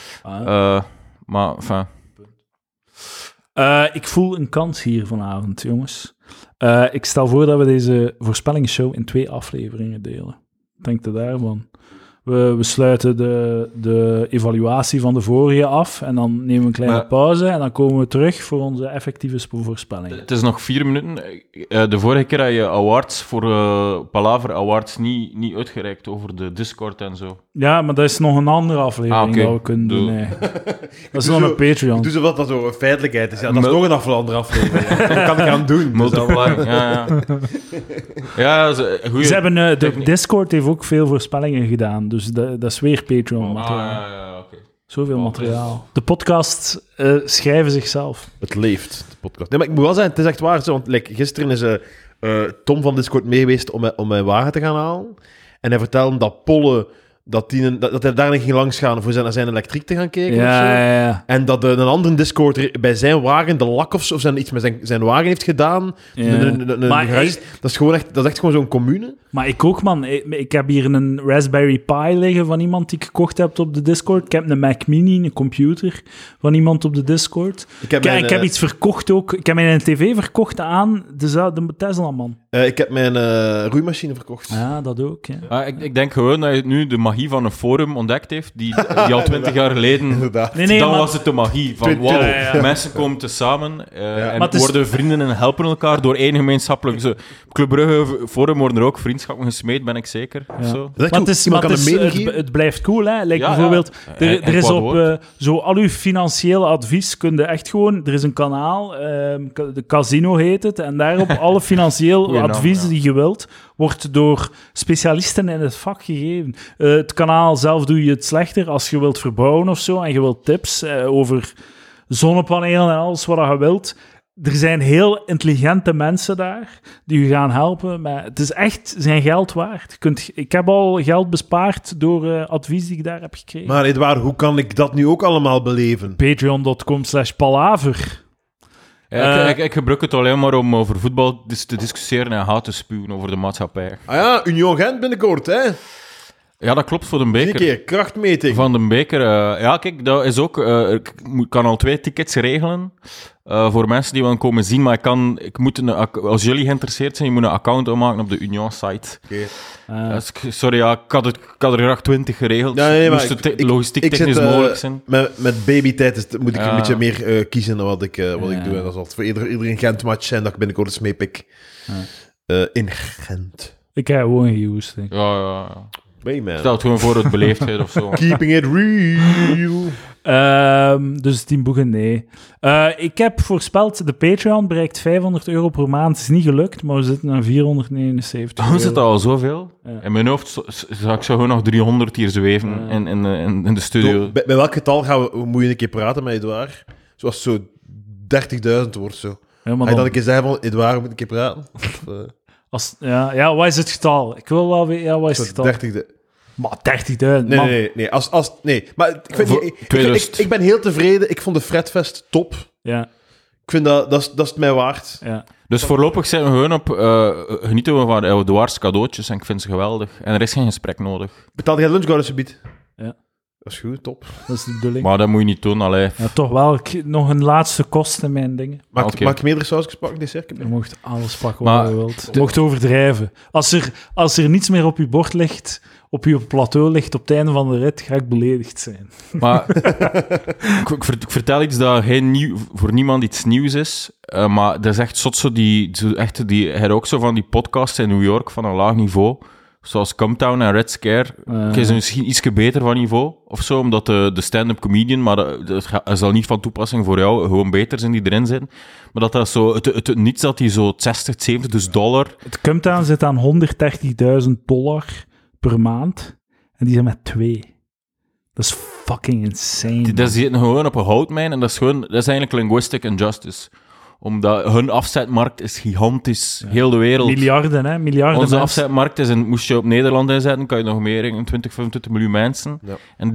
B: Ik voel een kans hier vanavond, jongens. Ik stel voor dat we deze voorspellingsshow in 2 afleveringen delen. Denk je daarvan? We sluiten de evaluatie van de vorige af en dan nemen we een kleine pauze en dan komen we terug voor onze effectieve voorspellingen.
A: Het is nog 4 minuten. De vorige keer had je awards voor Palaver Awards niet uitgereikt over de Discord en zo.
B: Ja, maar dat is nog een andere aflevering dat we kunnen doen. Nee. Dat is nog een Patreon.
C: Doe zo wat dat zo een feitelijkheid is. Ja, dat is nog een andere aflevering. Dat kan ik gaan doen.
A: Multiplying, ja.
B: Ze hebben, de Discord heeft ook veel voorspellingen gedaan, dus dat is weer Patreon-materiaal.
A: Okay.
B: Zoveel materiaal. De podcasts schrijven zichzelf.
C: Het leeft, de podcast. Nee, maar ik moet wel zeggen, het is echt waar. Want gisteren is Tom van Discord mee geweest om mijn wagen te gaan halen. En hij vertelde dat Polle... Dat hij daar niet ging langs gaan voor zijn elektriek te gaan kijken of zo.
B: Ja.
C: En dat een andere Discord bij zijn wagen de lak of iets met zijn wagen heeft gedaan.
B: Ja.
C: Dat is echt gewoon zo'n commune.
B: Maar ik ook, man. Ik heb hier een Raspberry Pi liggen van iemand die ik gekocht heb op de Discord. Ik heb een Mac Mini, een computer van iemand op de Discord. Ik heb iets verkocht ook. Ik heb mijn tv verkocht aan de Tesla, man.
C: Ik heb mijn roeimachine verkocht.
B: Ja, dat ook, ja.
A: Ik denk gewoon dat je nu de magie van een forum ontdekt heeft, die al 20 jaar geleden... Dan was het de magie van, mensen komen tezamen en worden vrienden en helpen elkaar door één gemeenschappelijk... Club Brugge forum worden er ook vriendschappen gesmeed, ben ik zeker.
B: Ja. Zo. Het blijft cool, hè. Bijvoorbeeld, er is op zo al uw financiële advies kun je echt gewoon... Er is een kanaal, de Casino heet het, en daarop alle financieel advies die je wilt, wordt door specialisten in het vak gegeven. Het kanaal zelf doe je het slechter als je wilt verbouwen of zo, en je wilt tips over zonnepanelen en alles wat je wilt. Er zijn heel intelligente mensen daar die je gaan helpen. Maar het is echt zijn geld waard. Ik heb al geld bespaard door advies die ik daar heb gekregen.
C: Maar Edouard, hoe kan ik dat nu ook allemaal beleven?
B: Patreon.com/palaver.
A: Ik gebruik het alleen maar om over voetbal te discussiëren en haat te spuwen over de maatschappij.
C: Union Gent binnenkort, hè?
A: Ja, dat klopt, voor de beker.
C: 4 keer, krachtmeting.
A: Van de beker. Ja, kijk, dat is ook... ik kan al 2 tickets regelen voor mensen die willen komen zien, maar als jullie geïnteresseerd zijn, je moet een account aanmaken op de Union-site.
C: Okay.
A: Sorry, ja, ik had er graag 20 geregeld.
C: Ja, nee,
A: moest het logistiek technisch mogelijk zijn.
C: Met babytijd moet ik een beetje meer kiezen dan wat ik doe. En dat zal voor iedereen Gent-match zijn dat ik binnenkort eens meepik. In Gent.
B: Ik heb gewoon geen hoesting.
A: Ja.
C: Hey man.
A: Stel het gewoon voor het beleefdheid of zo.
C: Keeping it real.
B: Dus 10 boeken, nee. Ik heb voorspeld, de Patreon bereikt €500 per maand. Het is niet gelukt, maar we zitten aan 479
A: Dan zit dat al zoveel.
B: Ja.
A: In mijn hoofd zou ik zo gewoon nog 300 hier zweven in de studio.
C: Bij welk getal moet je een keer praten met Edouard? Zoals zo 30.000 wordt zo.
B: Ja,
C: Ga je dan een keer zeggen van, Edouard, we moeten een keer praten? Of,
B: ja, wat is het getal? Ik wil wel weten, wat is het getal?
C: 30.
B: Maar 30.000, man.
C: Nee. Nee, maar ik ben heel tevreden. Ik vond de Fredfest top.
B: Ja.
C: Ik vind dat is het mij waard.
B: Ja.
A: Dus voorlopig zijn we gewoon op genieten we van Edouard's cadeautjes en ik vind ze geweldig. En er is geen gesprek nodig.
C: Betaal jij lunchcard subiet?
B: Ja.
C: Dat is goed, top.
B: Dat is de bedoeling.
A: Maar dat moet je niet doen, allee.
B: Ja, toch wel. Nog een laatste kost in mijn dingen.
C: Mag ik meerdere sausjes pakken, dessert?
B: Je mocht alles pakken
A: Maar
B: wat je wilt. Je mocht overdrijven. Als er niets meer op je bord ligt, op je plateau ligt op het einde van de rit, ga ik beledigd zijn.
A: Maar ik vertel iets dat voor niemand iets nieuws is. Maar dat is echt zot zo hij ook zo van die podcasts in New York van een laag niveau. Zoals Cometown en Red Scare. Hij is misschien iets beter van niveau of zo, omdat de stand-up comedian, maar dat is al niet van toepassing voor jou, gewoon beter zijn die erin zitten. Maar dat zo, het niets dat die zo $60, $70 dus dollar.
B: Het Cometown zit aan $130.000 per maand en die zijn met 2. Dat is fucking insane.
A: Dat zitten gewoon op een houtmijn en dat is eigenlijk linguistic injustice. Omdat hun afzetmarkt is gigantisch, heel de wereld.
B: Miljarden, hè? Miljarden
A: Onze
B: mensen.
A: afzetmarkt is, moest je op Nederland inzetten, kan je nog meer, 20, 25 miljoen mensen. Ja. En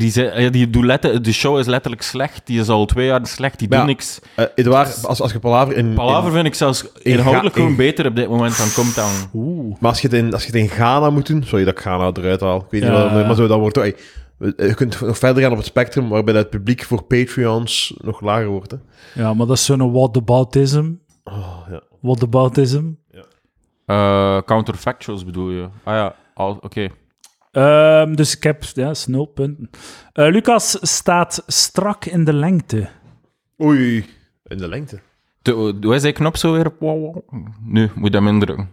A: de show is letterlijk slecht, die is al 2 jaar slecht, die doen niks.
C: Edouard, als je Palaver
A: Palaver vind ik zelfs inhoudelijk gewoon beter op dit moment dan Cometown.
C: Maar als je het in Ghana moet doen, sorry dat ik Ghana eruit haal, ik weet niet wat, maar zo, dan wordt het... Je kunt nog verder gaan op het spectrum, waarbij het publiek voor Patreons nog lager wordt. Hè.
B: Ja, maar dat is zo'n whataboutism.
C: Ja.
B: Whataboutism.
A: Ja. Counterfactuals bedoel je? Ah ja, oké.
B: Dus ik heb 0 punten. Lucas staat strak in de lengte.
C: Oei, in de lengte.
A: Hoe is die knop zo weer? Nu, moet je hem indrukken.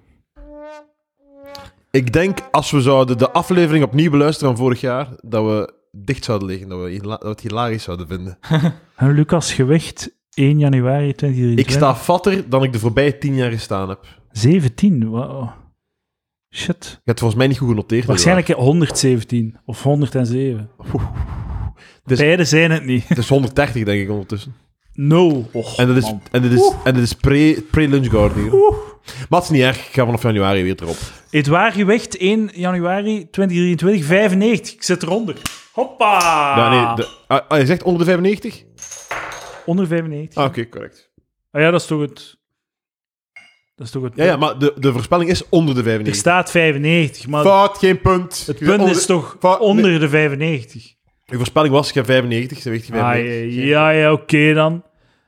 C: Ik denk, als we zouden de aflevering opnieuw beluisteren van vorig jaar, dat we dicht zouden liggen, dat we het hilarisch zouden vinden.
B: Lucas, gewicht 1 januari 2023.
C: Ik sta fatter dan ik de voorbije 10 jaar gestaan heb.
B: 17? Wow. Shit.
C: Je hebt het volgens mij niet goed genoteerd.
B: Waarschijnlijk 117 of 107. Beide zijn het niet.
C: Het is 130, denk ik, ondertussen.
B: No.
C: En dit is pre-lunchguard hier. Maar het is niet erg, ik ga vanaf januari weer erop.
B: Edouard, gewicht 1 januari 2023, 95. Ik zit eronder. Hoppa!
C: Ja, nee, je zegt onder de 95?
B: Onder 95.
C: Oké, correct.
B: Ja, dat is toch het...
C: Ja, maar de voorspelling is onder de 95.
B: Er staat 95, maar...
C: Fout, geen punt.
B: Het punt is toch onder de 95?
C: Je voorspelling was, je 95, ze weegt 95.
B: Ja, oké dan.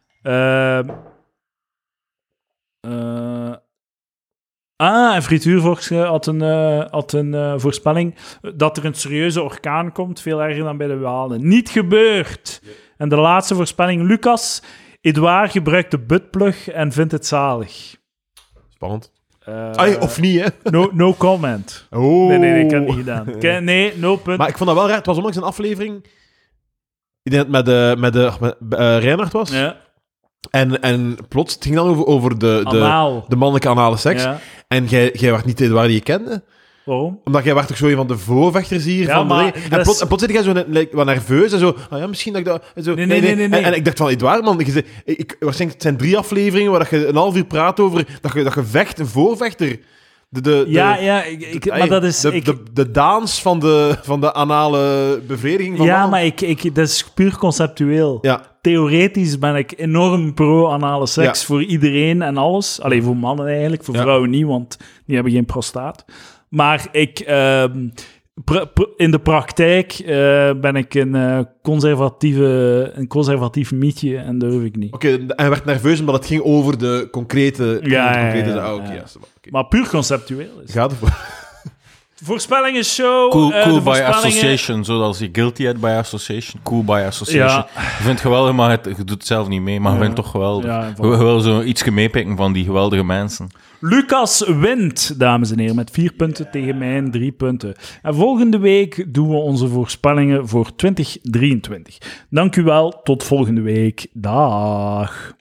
B: En Frituurvorks had een voorspelling dat er een serieuze orkaan komt, veel erger dan bij de Walen. Niet gebeurd! Ja. En de laatste voorspelling, Lucas. Edouard gebruikt de buttplug en vindt het zalig.
C: Spannend. Of niet, hè?
B: No comment.
C: Oh.
B: Nee, ik heb het niet gedaan. Nee, 0 punt.
C: Maar ik vond dat wel raar. Het was onlangs een aflevering... Ik denk dat het met Reinhard was.
B: Ja.
C: En plots, het ging dan over de mannelijke anale seks. Ja. En jij werd niet Edouard die je kende.
B: Waarom?
C: Omdat jij werd toch zo een van de voorvechters hier.
B: Ja, maar
C: en plots zit jij zo wat nerveus en zo... misschien dat ik dat... Zo, nee. En ik dacht van, Edouard, man... Waarschijnlijk het zijn 3 afleveringen waar je een half uur praat over dat je vecht, een voorvechter...
B: maar dat is...
C: De dans van de anale bevrediging van
B: mannen. Maar dat is puur conceptueel.
C: Ja.
B: Theoretisch ben ik enorm pro-anale seks voor iedereen en alles. Alleen voor mannen eigenlijk, voor vrouwen niet, want die hebben geen prostaat. Maar In de praktijk ben ik een conservatief mietje en durf ik niet.
C: Oké, en hij werd nerveus omdat het ging over de concrete...
B: Ja. Maar puur conceptueel is.
C: Gaat ervoor.
B: Voorspellingen show.
A: Cool by association, zoals je guilty had by association. Cool by association. Ja. Je vindt het geweldig, maar je doet het zelf niet mee. Maar je vindt het toch geweldig. Ja, je wil zo iets meepikken van die geweldige mensen.
B: Lucas wint, dames en heren, met 4 punten tegen mijn 3 punten. En volgende week doen we onze voorspellingen voor 2023. Dank u wel, tot volgende week. Dag.